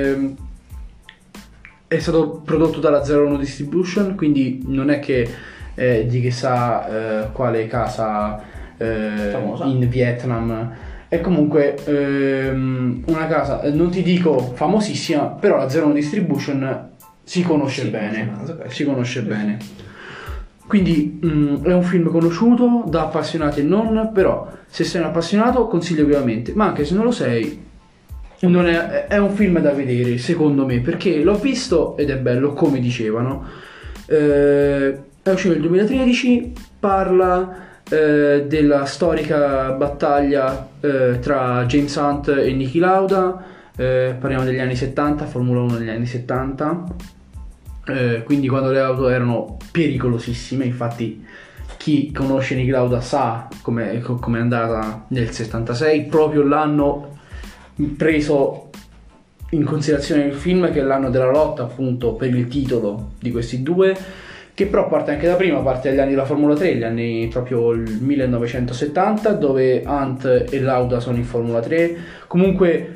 è stato prodotto dalla 01 Distribution, quindi non è che di chissà quale casa Famosa. in Vietnam, è comunque una casa, non ti dico famosissima, però la 01 Distribution si conosce Sì, bene, ok. si conosce bene. Quindi è un film conosciuto da appassionati e non, però se sei un appassionato consiglio vivamente, ma anche se non lo sei, non è un film da vedere secondo me, perché l'ho visto ed è bello, come dicevano. È uscito nel 2013, parla della storica battaglia tra James Hunt e Niki Lauda, parliamo degli anni 70, Formula 1 negli anni 70. Quindi quando le auto erano pericolosissime, infatti chi conosce Niki Lauda sa come è andata nel 76, proprio l'anno preso in considerazione nel film, che è l'anno della lotta appunto per il titolo di questi due, che però parte anche da prima, parte dagli anni della Formula 3, gli anni proprio il 1970, dove Hunt e Lauda sono in Formula 3. Comunque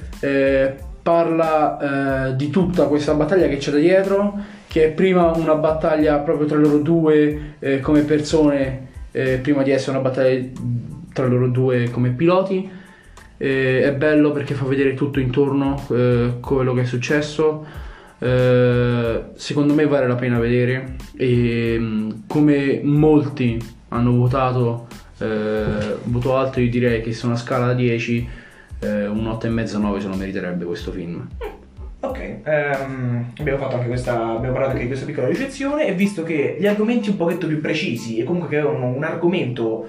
parla di tutta questa battaglia che c'è da dietro, che è prima una battaglia proprio tra loro due come persone, prima di essere una battaglia tra loro due come piloti. È bello perché fa vedere tutto intorno, quello che è successo. Secondo me vale la pena vedere, e come molti hanno votato voto alto, io direi che su una scala da 10 un 8,5-9 se lo meriterebbe questo film. Ok, abbiamo parlato anche di questa piccola ricezione, e visto che gli argomenti un pochetto più precisi e comunque che avevano un argomento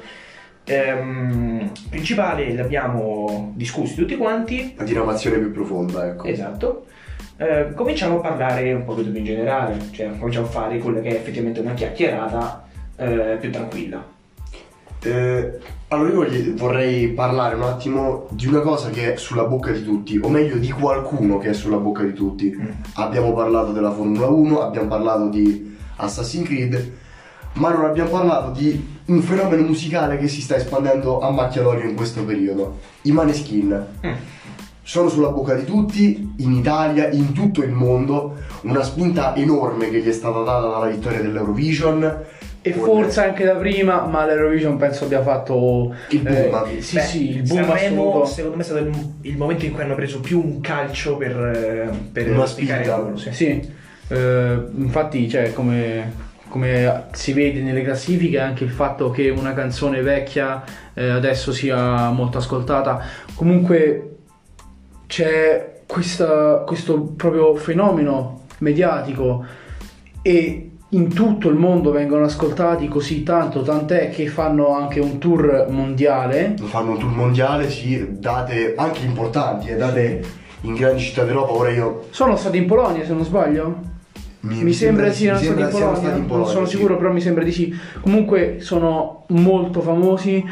principale li abbiamo discussi tutti quanti. La diramazione più profonda, ecco. Esatto. Cominciamo a parlare un po' più in generale, cioè cominciamo a fare quella che è effettivamente una chiacchierata più tranquilla. Allora io vorrei parlare un attimo di una cosa che è sulla bocca di tutti, o meglio di qualcuno che è sulla bocca di tutti. Abbiamo parlato della Formula 1, abbiamo parlato di Assassin's Creed, ma non abbiamo parlato di un fenomeno musicale che si sta espandendo a macchia d'olio in questo periodo: i Maneskin. Sono sulla bocca di tutti, in Italia, in tutto il mondo, una spinta enorme che gli è stata data dalla vittoria dell'Eurovision. E forse anche da prima, ma l'Eurovision penso abbia fatto il boom. sì, il boom Sanremo, assoluto. secondo me è stato il momento in cui hanno preso più un calcio per Una spiegare spinta. loro, sì. Sì, infatti, cioè, come si vede nelle classifiche, anche il fatto che una canzone vecchia adesso sia molto ascoltata. Comunque c'è questo proprio fenomeno mediatico, e in tutto il mondo vengono ascoltati così tanto, tant'è che fanno anche un tour mondiale. Fanno un tour mondiale, sì, date anche importanti, date in grandi città d'Europa. Ora io Sono stati in Polonia, se non sbaglio. Mi sembra di sì, mi siano stati in Polonia, non sono sì. sicuro, però mi sembra di sì. Comunque sono molto famosi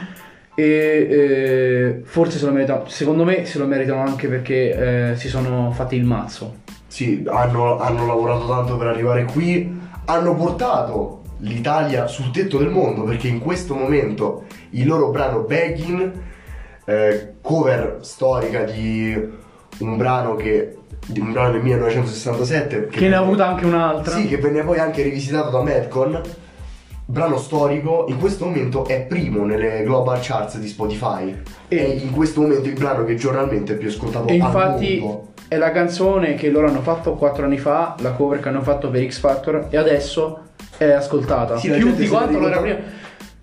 e forse se lo meritano, secondo me se lo meritano anche perché si sono fatti il mazzo. Sì, hanno lavorato tanto per arrivare qui, hanno portato l'Italia sul tetto del mondo, perché in questo momento il loro brano Beggin, cover storica di un brano del 1967 Che ne ha avuta anche un'altra. Sì, che venne poi anche rivisitato da Madcon. Brano storico, in questo momento è primo nelle global charts di Spotify. È in questo momento il brano che giornalmente è più ascoltato E al infatti mondo. è la canzone che loro hanno fatto 4 anni fa, la cover che hanno fatto per X Factor, e adesso è ascoltata Sì, la più gente di se ne quanto lo era ricorda- prima.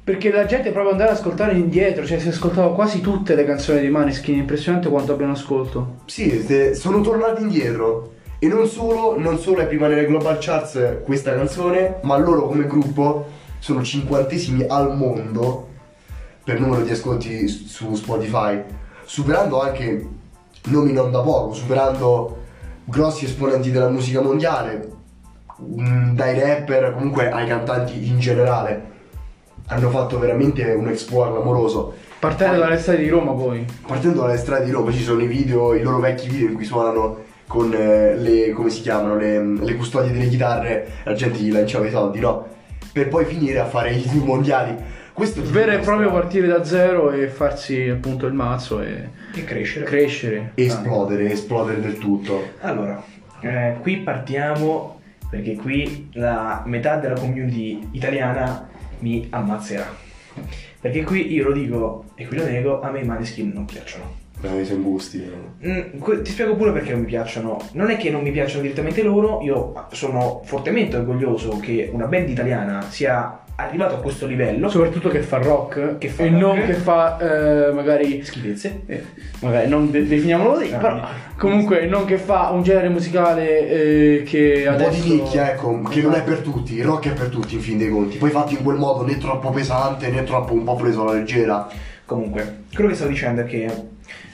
Perché la gente proprio andava ad ascoltare indietro, cioè si ascoltava quasi tutte le canzoni di Maneskin, è impressionante quanto abbiano ascolto. Sì, sono tornati indietro. E non solo è prima nelle Global Charts questa canzone, ma loro come gruppo sono 50esimi al mondo per numero di ascolti su Spotify, superando anche nomi non da poco, superando grossi esponenti della musica mondiale, dai rapper comunque ai cantanti in generale. Hanno fatto veramente un exploit clamoroso. Partendo dalle strade di Roma poi. Partendo dalle strade di Roma ci sono i loro vecchi video in cui suonano con le, come si chiamano, le custodie delle chitarre, la gente gli lanciava i soldi, no? Per poi finire a fare i tour mondiali. Questo Vero e proprio partire da zero e farsi appunto il mazzo e crescere. Esplodere del tutto. Allora, qui partiamo perché qui la metà della community italiana mi ammazzerà. Perché qui io lo dico e qui lo nego, a me i Maneskin non piacciono. Mi sei imbusti. Ti spiego pure perché non mi piacciono. Non è che non mi piacciono direttamente loro, io sono fortemente orgoglioso che una band italiana sia arrivato a questo livello. Soprattutto che fa rock, Che fa e rock. non che fa magari Schifezze. magari non definiamolo così, però comunque non che fa un genere musicale che Un adesso po' di nicchia, ecco, che non è per tutti, il rock è per tutti in fin dei conti. Poi fatto in quel modo né troppo pesante né troppo un po' preso alla leggera. Comunque, quello che stavo dicendo è che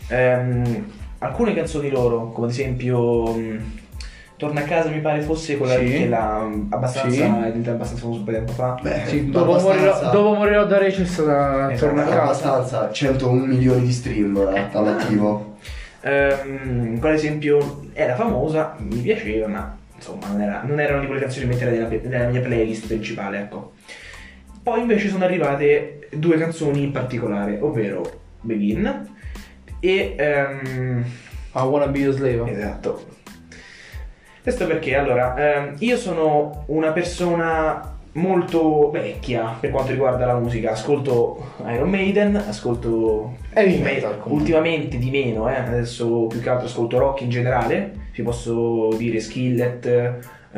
alcune canzoni loro, come ad esempio Torna a casa, mi pare fosse quella Sì. che l'ha abbastanza Sì. è diventata abbastanza famosa un po' di tempo fa. sì, dopo morirò da re c'è stata Esatto. torna a casa. Abbastanza, 101 milioni di stream all'attivo. Ad esempio era famosa, mi piaceva, ma insomma non era una di quelle canzoni da mettere nella mia playlist principale, ecco. Poi invece sono arrivate due canzoni in particolare, ovvero Begin e I wanna be your slave. esatto. Questo perché allora io sono una persona molto vecchia per quanto riguarda la musica, ascolto Iron Maiden, ascolto Heavy metal, comunque. ultimamente di meno, adesso più che altro ascolto rock in generale, vi posso dire Skillet,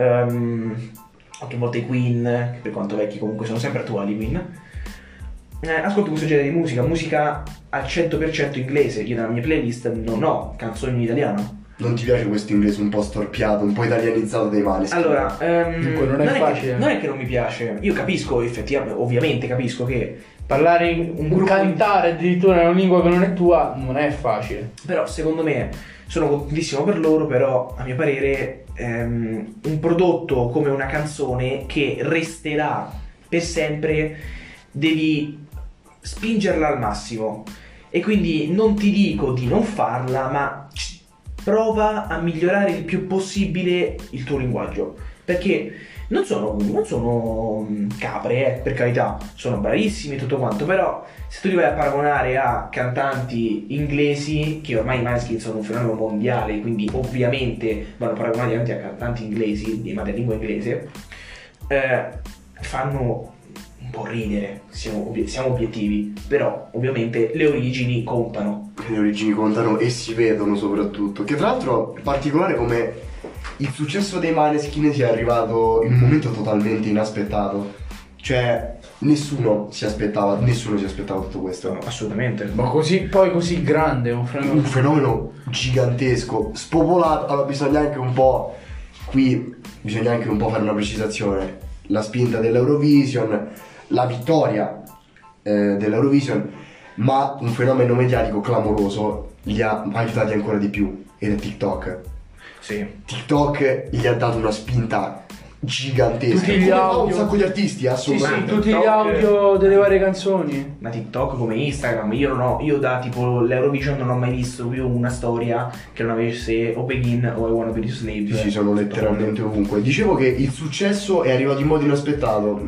anche a volte i Queen, che per quanto vecchi comunque sono sempre attuali i Queen. Ascolto questo genere di musica al 100% inglese, io nella mia playlist non ho canzoni in italiano. Non ti piace questo inglese un po' storpiato, un po' italianizzato dei Maneskin? Allora, Dunque, non è facile. non è che non mi piace, io capisco effettivamente, ovviamente capisco che Parlare un gruppo cantare addirittura in una lingua che non è tua non è facile. però secondo me sono contentissimo per loro, però a mio parere un prodotto come una canzone che resterà per sempre devi spingerla al massimo, e quindi non ti dico di non farla, ma prova a migliorare il più possibile il tuo linguaggio, perché non sono capre, per carità, sono bravissimi e tutto quanto, però se tu li vai a paragonare a cantanti inglesi, che ormai i Maneskin sono un fenomeno mondiale, quindi ovviamente vanno paragonati anche a cantanti inglesi di madrelingua inglese, fanno un po' ridere, siamo obiettivi, però ovviamente le origini contano. Le origini contano e si vedono soprattutto. Che tra l'altro è particolare come il successo dei Maneskin sia arrivato in un momento totalmente inaspettato. Cioè nessuno si aspettava tutto questo. Assolutamente. Ma così grande, un Un fenomeno. fenomeno gigantesco, spopolato. Allora bisogna anche un po' fare una precisazione. La spinta dell'Eurovision, la vittoria dell'Eurovision, ma un fenomeno mediatico clamoroso li ha aiutati ancora di più, ed è TikTok. Sì. TikTok gli ha dato una spinta gigantesca. Tutti gli Come fa un audio. sacco di artisti, Sì, assolutamente. tutti gli TikTok. audio delle varie canzoni. Ma TikTok come Instagram, io da tipo l'Eurovision non ho mai visto più una storia che non avesse o Begin o I Wanna Be Your Slave. Sì, sono letteralmente ovunque. Dicevo che il successo è arrivato in modo inaspettato.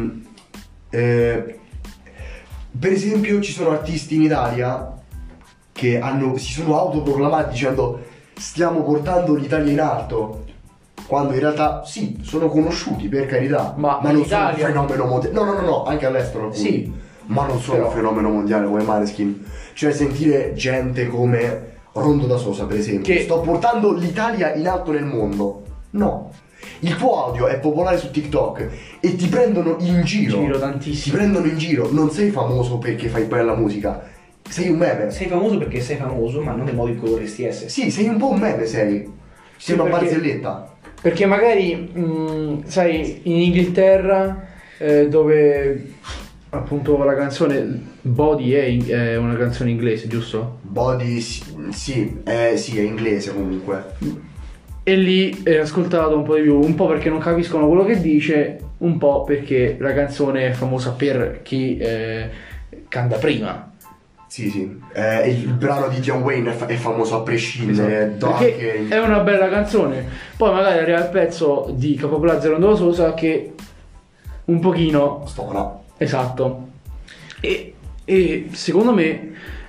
Per esempio ci sono artisti in Italia che si sono autoproclamati dicendo stiamo portando l'Italia in alto, quando in realtà sì, sono conosciuti, per carità, Ma non in sono un Italia? fenomeno mondiale. No, anche all'estero alcuni. Sì. Ma non sono Però- un fenomeno mondiale come Maneskin. Cioè sentire gente come Rondo da Sosa, per esempio, Che- sto portando l'Italia in alto nel mondo. No. Il tuo audio è popolare su TikTok e ti prendono in giro. Ti tantissimo. prendono in giro. Non sei famoso perché fai bella musica. Sei un meme. Sei famoso perché sei famoso, ma non nel modo in cui vorresti essere. Sì, sei un po' un meme, sei. Sei una barzelletta. Perché magari, sai, in Inghilterra, dove appunto la canzone Body è una canzone inglese, giusto? Body, sì, è inglese comunque. E lì è ascoltato un po' di più, un po' perché non capiscono quello che dice, un po' perché la canzone è famosa per chi canta prima. Sì, il brano di John Wayne è famoso a prescindere. Perché è una bella canzone. Poi magari arriva il pezzo di Capo Plaza e Rondola Sosa che un pochino stona. Esatto. E secondo me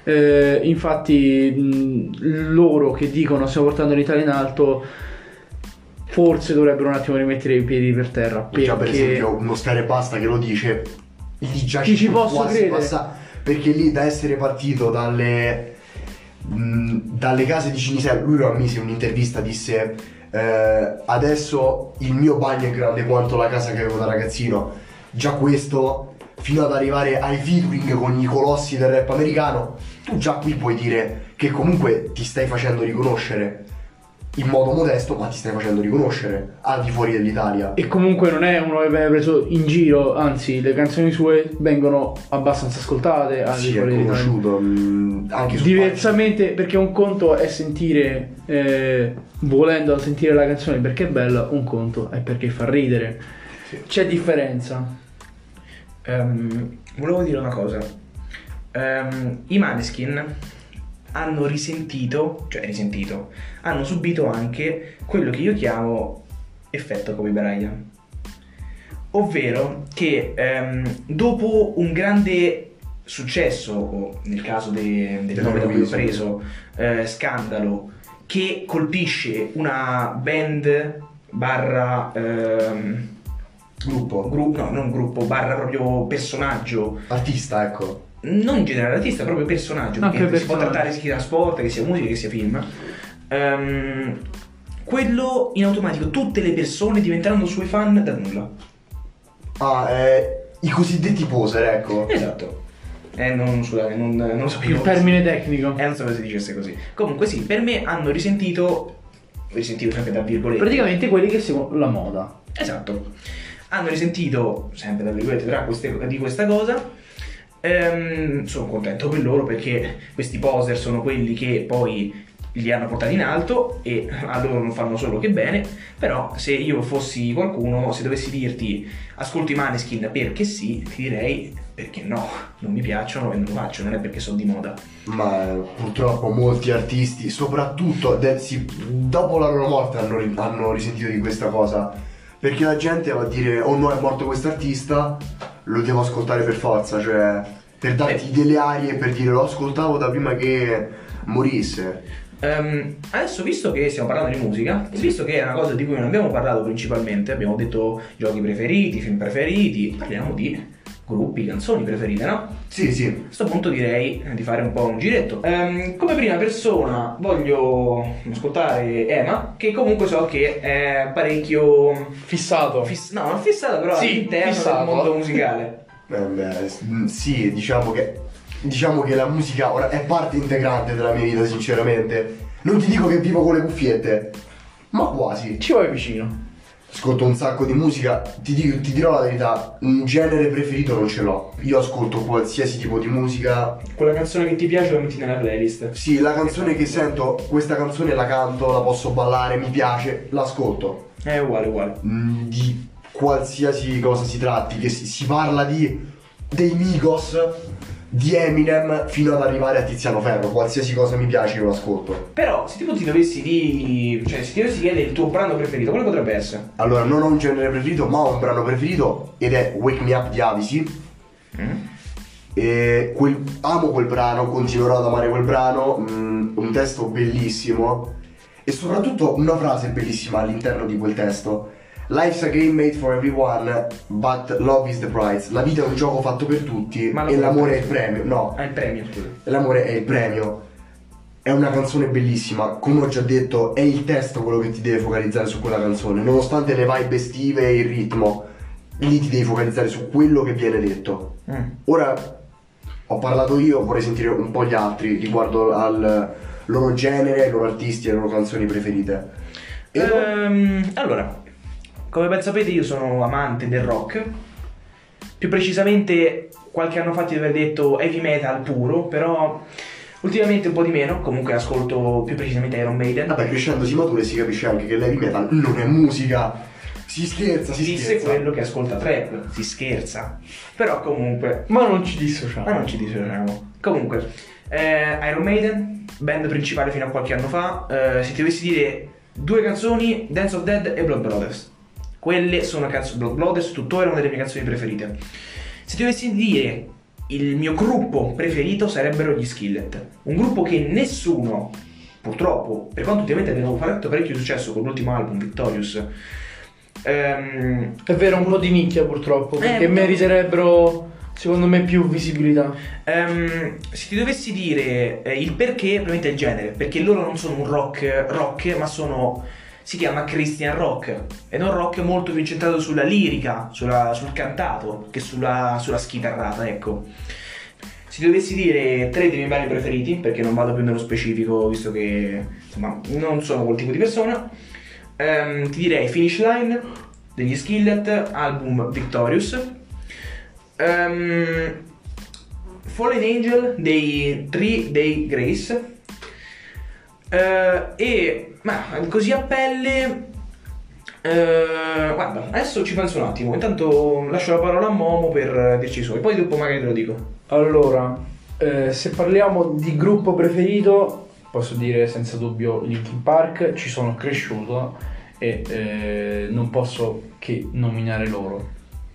infatti loro che dicono stiamo portando l'Italia in alto forse dovrebbero un attimo rimettere i piedi per terra, perché già per esempio uno Sfera Ebbasta che lo dice, lì già ci posso credere. Perché lì da essere partito dalle case di Cinisello, lui lo ammise in un'intervista, disse adesso il mio bagno è grande quanto la casa che avevo da ragazzino. Già questo, fino ad arrivare ai featuring con i colossi del rap americano, tu già qui puoi dire che comunque ti stai facendo riconoscere in modo modesto, ma ti stai facendo riconoscere al di fuori dell'Italia. E comunque non è uno che viene preso in giro, anzi le canzoni sue vengono abbastanza ascoltate al di fuori dell'Italia. Conosciuto anche su diversamente, perché un conto è sentire volendo sentire la canzone perché è bella, un conto è perché fa ridere. Sì. C'è differenza. Volevo dire una cosa. I Maneskin hanno hanno subito anche quello che io chiamo effetto Kobe Bryant, ovvero che dopo un grande successo, o nel caso del nome da cui ho preso, scandalo, che colpisce una band barra proprio personaggio, artista, ecco. Non in generale artista, proprio personaggio, perché si può trattare sia sport, che sia musica, che sia film. Quello in automatico tutte le persone diventeranno suoi fan da nulla. I cosiddetti poser, ecco. Esatto. Non lo sapevo. Il termine tecnico. Non sapevo se dicesse così. Comunque sì, per me hanno risentito sempre tra virgolette. Praticamente quelli che seguono la moda. Esatto. Hanno risentito, sempre tra virgolette, di questa cosa. Sono contento per loro, perché questi poser sono quelli che poi li hanno portati in alto e a loro non fanno solo che bene. Però se io fossi qualcuno, se dovessi dirti ascolto i Maneskin perché sì, ti direi perché no, non mi piacciono e non lo faccio, non è perché sono di moda. Ma purtroppo molti artisti, soprattutto dopo la loro morte, hanno risentito di questa cosa, perché la gente va a dire oh no, è morto questo artista, lo devo ascoltare per forza, cioè per darti delle arie, per dire lo ascoltavo da prima che morisse. Adesso, visto che stiamo parlando di musica, visto che è una cosa di cui non abbiamo parlato principalmente, abbiamo detto giochi preferiti, film preferiti, parliamo di gruppi, canzoni preferite, no? Sì. A questo punto direi di fare un po' un giretto. Come prima persona voglio ascoltare Ema, che comunque so che è parecchio fissato. Non fissato, però all'interno del mondo musicale. Sì, diciamo che la musica ora è parte integrante della mia vita, sinceramente. Non ti dico che vivo con le cuffiette, ma quasi. Ci vai vicino. Ascolto un sacco di musica, ti dirò la verità, un genere preferito non ce l'ho. Io ascolto qualsiasi tipo di musica. Quella canzone che ti piace la metti nella playlist? Sì, la canzone che sento, questa canzone la canto, la posso ballare, mi piace, l'ascolto. È uguale. Di qualsiasi cosa si tratti, che si parla dei Migos, di Eminem, fino ad arrivare a Tiziano Ferro, qualsiasi cosa mi piace io lo ascolto. Però se tipo ti dovessi chiedere il tuo brano preferito, quale potrebbe essere? Allora, non ho un genere preferito, ma ho un brano preferito ed è Wake Me Up di Avicii. E amo quel brano, continuerò ad amare quel brano, un testo bellissimo e soprattutto una frase bellissima all'interno di quel testo. Life's a game made for everyone, but love is the prize. La vita è un gioco fatto per tutti e l'amore è il premio. No, è il premio, scusa. L'amore è il premio. è una canzone bellissima, come ho già detto è il testo quello che ti deve focalizzare su quella canzone, nonostante le vibe estive e il ritmo, lì ti devi focalizzare su quello che viene detto. Ora ho parlato io, vorrei sentire un po' gli altri riguardo al loro genere, ai loro artisti e alle loro canzoni preferite. Allora, come ben sapete io sono amante del rock, più precisamente qualche anno fa ti avrei detto heavy metal puro, però ultimamente un po' di meno, comunque ascolto più precisamente Iron Maiden. Vabbè, crescendo si matura e si capisce anche che l'heavy metal non è musica. Si scherza, si Disse scherza. quello che ascolta trap, si scherza. Però comunque, Ma non ci dissociamo. Comunque, Iron Maiden, band principale fino a qualche anno fa. Se ti dovessi dire due canzoni, Dance of Dead e Blood Brothers. Quelle sono canzoni. Blood Brothers tuttora è una delle mie canzoni preferite. Se ti dovessi dire il mio gruppo preferito sarebbero gli Skillet. Un gruppo che nessuno, purtroppo, per quanto ultimamente abbiamo fatto parecchio successo con l'ultimo album, Victorious. È vero, un po' di nicchia purtroppo, perché un- meriterebbero, secondo me, più visibilità. Se ti dovessi dire il perché, probabilmente il genere, perché loro non sono un rock, ma si chiama Christian rock, ed è un rock molto più incentrato sulla lirica, sul cantato, che sulla schitarrata, ecco. Se ti dovessi dire tre dei miei brani preferiti, perché non vado più nello specifico, visto che insomma non sono quel tipo di persona, ti direi Finish Line degli Skillet, album Victorious, Fallen Angel dei 3 Day Grace, ma così a pelle, guarda, adesso ci penso un attimo, intanto lascio la parola a Momo per dirci i suoi, poi dopo magari te lo dico. Allora, se parliamo di gruppo preferito, posso dire senza dubbio Linkin Park, ci sono cresciuto e non posso che nominare loro.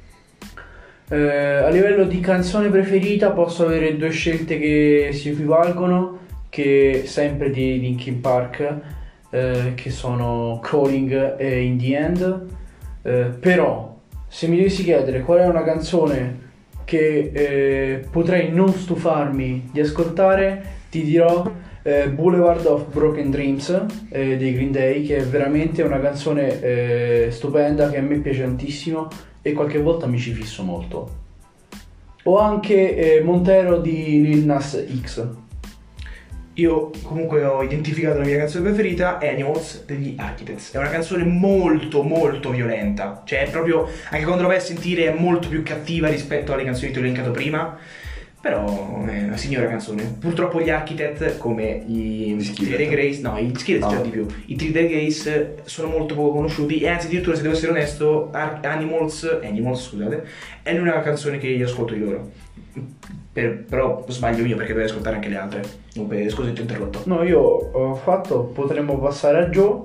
A livello di canzone preferita posso avere due scelte che si equivalgono, che sempre di Linkin Park, che sono Calling e In The End. Però se mi dovessi chiedere qual è una canzone che potrei non stufarmi di ascoltare, ti dirò Boulevard of Broken Dreams dei Green Day, che è veramente una canzone stupenda, che a me piace tantissimo e qualche volta mi ci fisso molto. O anche Montero di Lil Nas X. Io comunque ho identificato la mia canzone preferita, Animals degli Architects. È una canzone molto molto violenta, cioè è proprio, anche quando la vai a sentire, è molto più cattiva rispetto alle canzoni che ti ho elencato prima. Però è una signora canzone. Purtroppo gli Architect, come i Skillet. 3 Day Grace, no, i Skillet già No. di più, i 3 Day Grace sono molto poco conosciuti, e anzi addirittura, se devo essere onesto, Animals, scusate, è l'unica canzone che io ascolto di loro. Però sbaglio io, perché dovrei ascoltare anche le altre. Scusa, ti ho interrotto. No, io ho fatto, potremmo passare a Joe.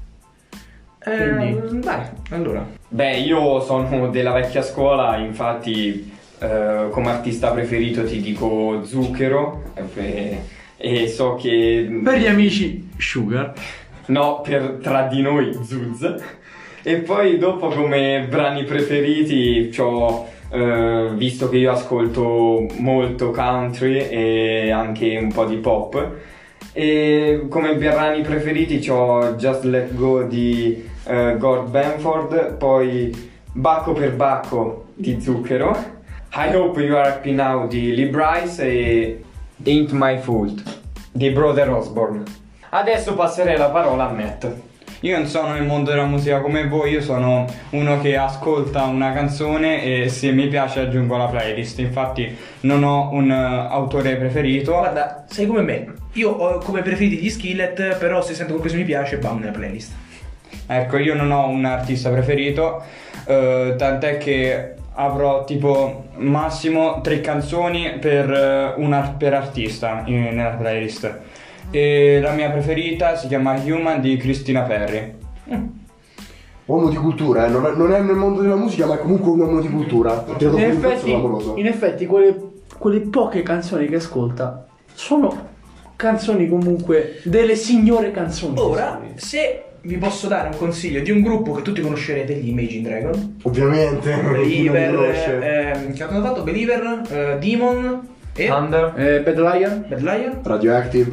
Quindi Vai, allora. Beh, io sono della vecchia scuola, infatti come artista preferito ti dico Zucchero, e so che... per gli amici Sugar. No, tra di noi Zuz. E poi dopo come brani preferiti visto che io ascolto molto country e anche un po' di pop, e come brani preferiti c'ho Just Let Go di Gord Bamford, poi Bacco per Bacco di Zucchero, I Hope You Are Happy Now di Lee Brice e Ain't My Fault di Brother Osborne. Adesso passerei la parola a Matt. Io non sono nel mondo della musica come voi, io sono uno che ascolta una canzone e se mi piace aggiungo alla playlist. Infatti non ho un autore preferito. Guarda, sei come me. Io ho come preferiti gli Skillet, però se sento qualcosa che mi piace, bam, nella playlist. Ecco, io non ho un artista preferito, tant'è che avrò tipo massimo 3 canzoni per artista nella playlist. E la mia preferita si chiama Human di Christina Perri. Uomo di cultura, non è nel mondo della musica, ma è comunque un uomo di cultura. In effetti quelle poche canzoni che ascolta sono canzoni comunque delle signore canzoni. Ora, se vi posso dare un consiglio di un gruppo che tutti conoscerete, gli Imagine Dragon, Ovviamente. chi non li conosce. Believer, che hanno fatto Believer, Demon e Thunder. Bad Liar. Bad Liar. Radioactive.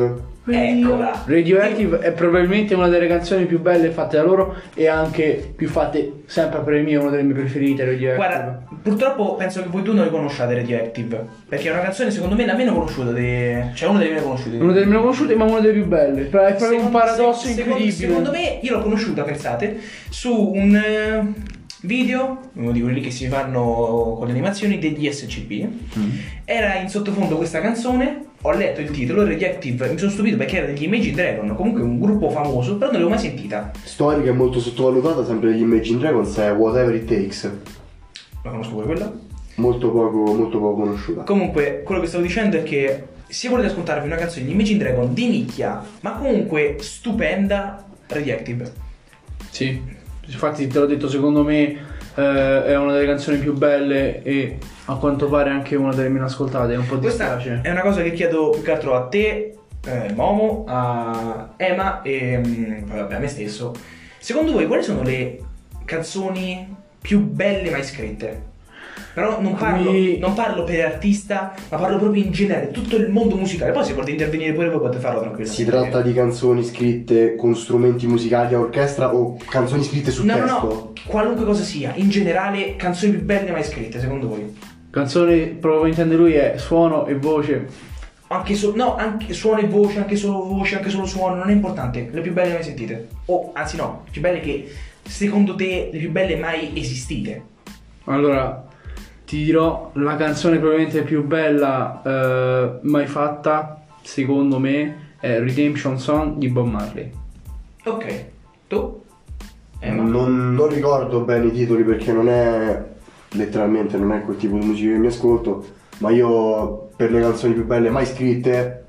Eccola. Radioactive è probabilmente una delle canzoni più belle fatte da loro e anche più fatte sempre per me, una delle mie preferite. Radioactive. Guarda, purtroppo penso che voi tu non le conosciate Radioactive, perché è una canzone secondo me la meno conosciuta cioè una delle meno conosciute. Una delle meno conosciute, ma una delle più belle. È proprio un paradosso incredibile. Secondo me, io l'ho conosciuta, pensate, su un video, uno di quelli che si fanno con le animazioni degli SCP. Era in sottofondo questa canzone. Ho letto il titolo, Radioactive, mi sono stupito perché era degli Imagine Dragon, comunque un gruppo famoso, però non l'avevo mai sentita. Storica e molto sottovalutata, sempre degli Imagine Dragons, è Whatever It Takes. La conosco pure quella. Molto poco conosciuta. Comunque, quello che stavo dicendo è che se volete ascoltarvi una canzone di Imagine Dragon di nicchia, ma comunque stupenda, Radioactive. Sì, infatti te l'ho detto, secondo me è una delle canzoni più belle e a quanto pare anche una delle meno ascoltate, un po' Questa dispiace. è una cosa che chiedo più che altro a te, Momo, a Ema e poi vabbè, a me stesso. Secondo voi quali sono le canzoni più belle mai scritte? Però non parlo per artista, ma parlo proprio in genere, tutto il mondo musicale. Poi se volete intervenire pure voi potete farlo tranquillamente. Si tratta di canzoni scritte con strumenti musicali a orchestra o canzoni scritte su testo? No, qualunque cosa sia, in generale, canzoni più belle mai scritte, secondo voi? Canzone, proprio come intende lui, è suono e voce. Anche suono e voce, anche solo voce, anche solo suono, non è importante. Le più belle mai sentite. O, anzi no, le più belle che, secondo te, le più belle mai esistite. Allora, ti dirò, la canzone probabilmente più bella mai fatta, secondo me, è Redemption Song di Bob Marley. Ok, tu? Non ricordo bene i titoli perché non è letteralmente non è quel tipo di musica che mi ascolto, ma io per le canzoni più belle mai scritte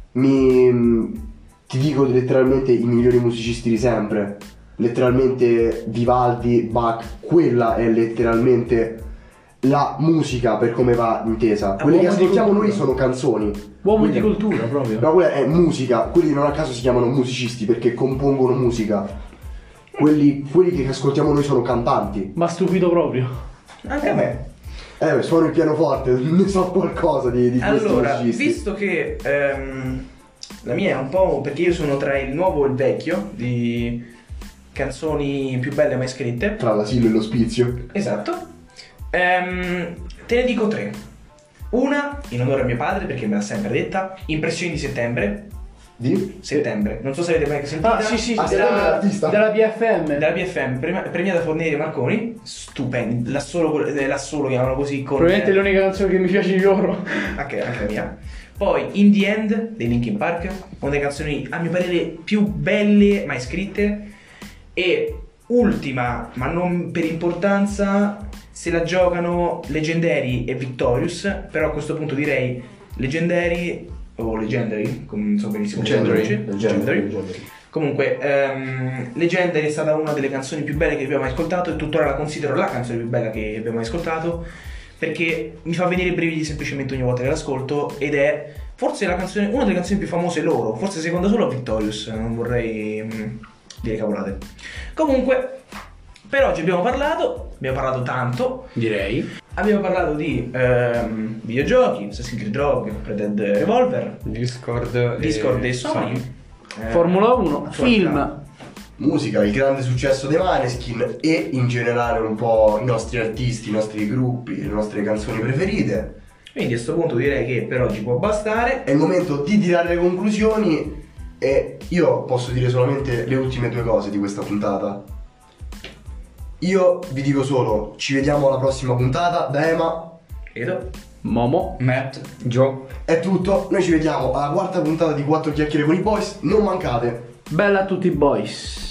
ti dico letteralmente i migliori musicisti di sempre, letteralmente Vivaldi, Bach, quella è letteralmente la musica per come va intesa. Quelle che ascoltiamo noi sono canzoni. Uomo di cultura proprio. Ma quella è musica, quelli non a caso si chiamano musicisti perché compongono musica. Quelli che ascoltiamo noi sono cantanti. Ma stupito proprio. Anche a me. Suono il pianoforte, ne so qualcosa di questi Allora, musicisti. visto che la mia è un po' perché io sono tra il nuovo e il vecchio di canzoni più belle mai scritte. Tra l'asilo e l'ospizio. Esatto. Te ne dico 3. Una, in onore a mio padre, perché me l'ha sempre detta, Impressioni di settembre. Di? Settembre. Non so se avete mai sentito. Ah, sì, l'artista. della BFM. Della BFM, premiata Forneri e Marconi. Stupendi. L'assolo chiamano così con... Probabilmente è l'unica canzone che mi piace di loro. Anche la mia. Poi In the End dei Linkin Park, una delle canzoni a mio parere più belle mai scritte. E ultima, ma non per importanza, se la giocano Legendary e Victorious. Però a questo punto direi Legendary o Legendary, non so benissimo come si pronuncia. Legendary. Comunque Legendary è stata una delle canzoni più belle che abbiamo mai ascoltato e tuttora la considero la canzone più bella che abbiamo mai ascoltato, perché mi fa venire i brividi semplicemente ogni volta che l'ascolto, ed è forse una delle canzoni più famose loro, forse seconda solo a Victorious, non vorrei dire cavolate. Comunque, per oggi abbiamo parlato tanto, Direi. abbiamo parlato di videogiochi, Assassin's Creed Rogue, Red Dead Revolver, Discord e Sony, Formula 1, film. Musica, il grande successo dei Maneskin e in generale un po' i nostri artisti, i nostri gruppi, le nostre canzoni preferite. Quindi a questo punto direi che per oggi può bastare. È il momento di tirare le conclusioni e io posso dire solamente le ultime 2 cose di questa puntata. Io vi dico solo, ci vediamo alla prossima puntata. Da Ema, Edo. Momo. Matt, Joe. è tutto. Noi ci vediamo alla 4ª puntata di 4 chiacchiere con i boys. Non mancate. Bella a tutti i boys.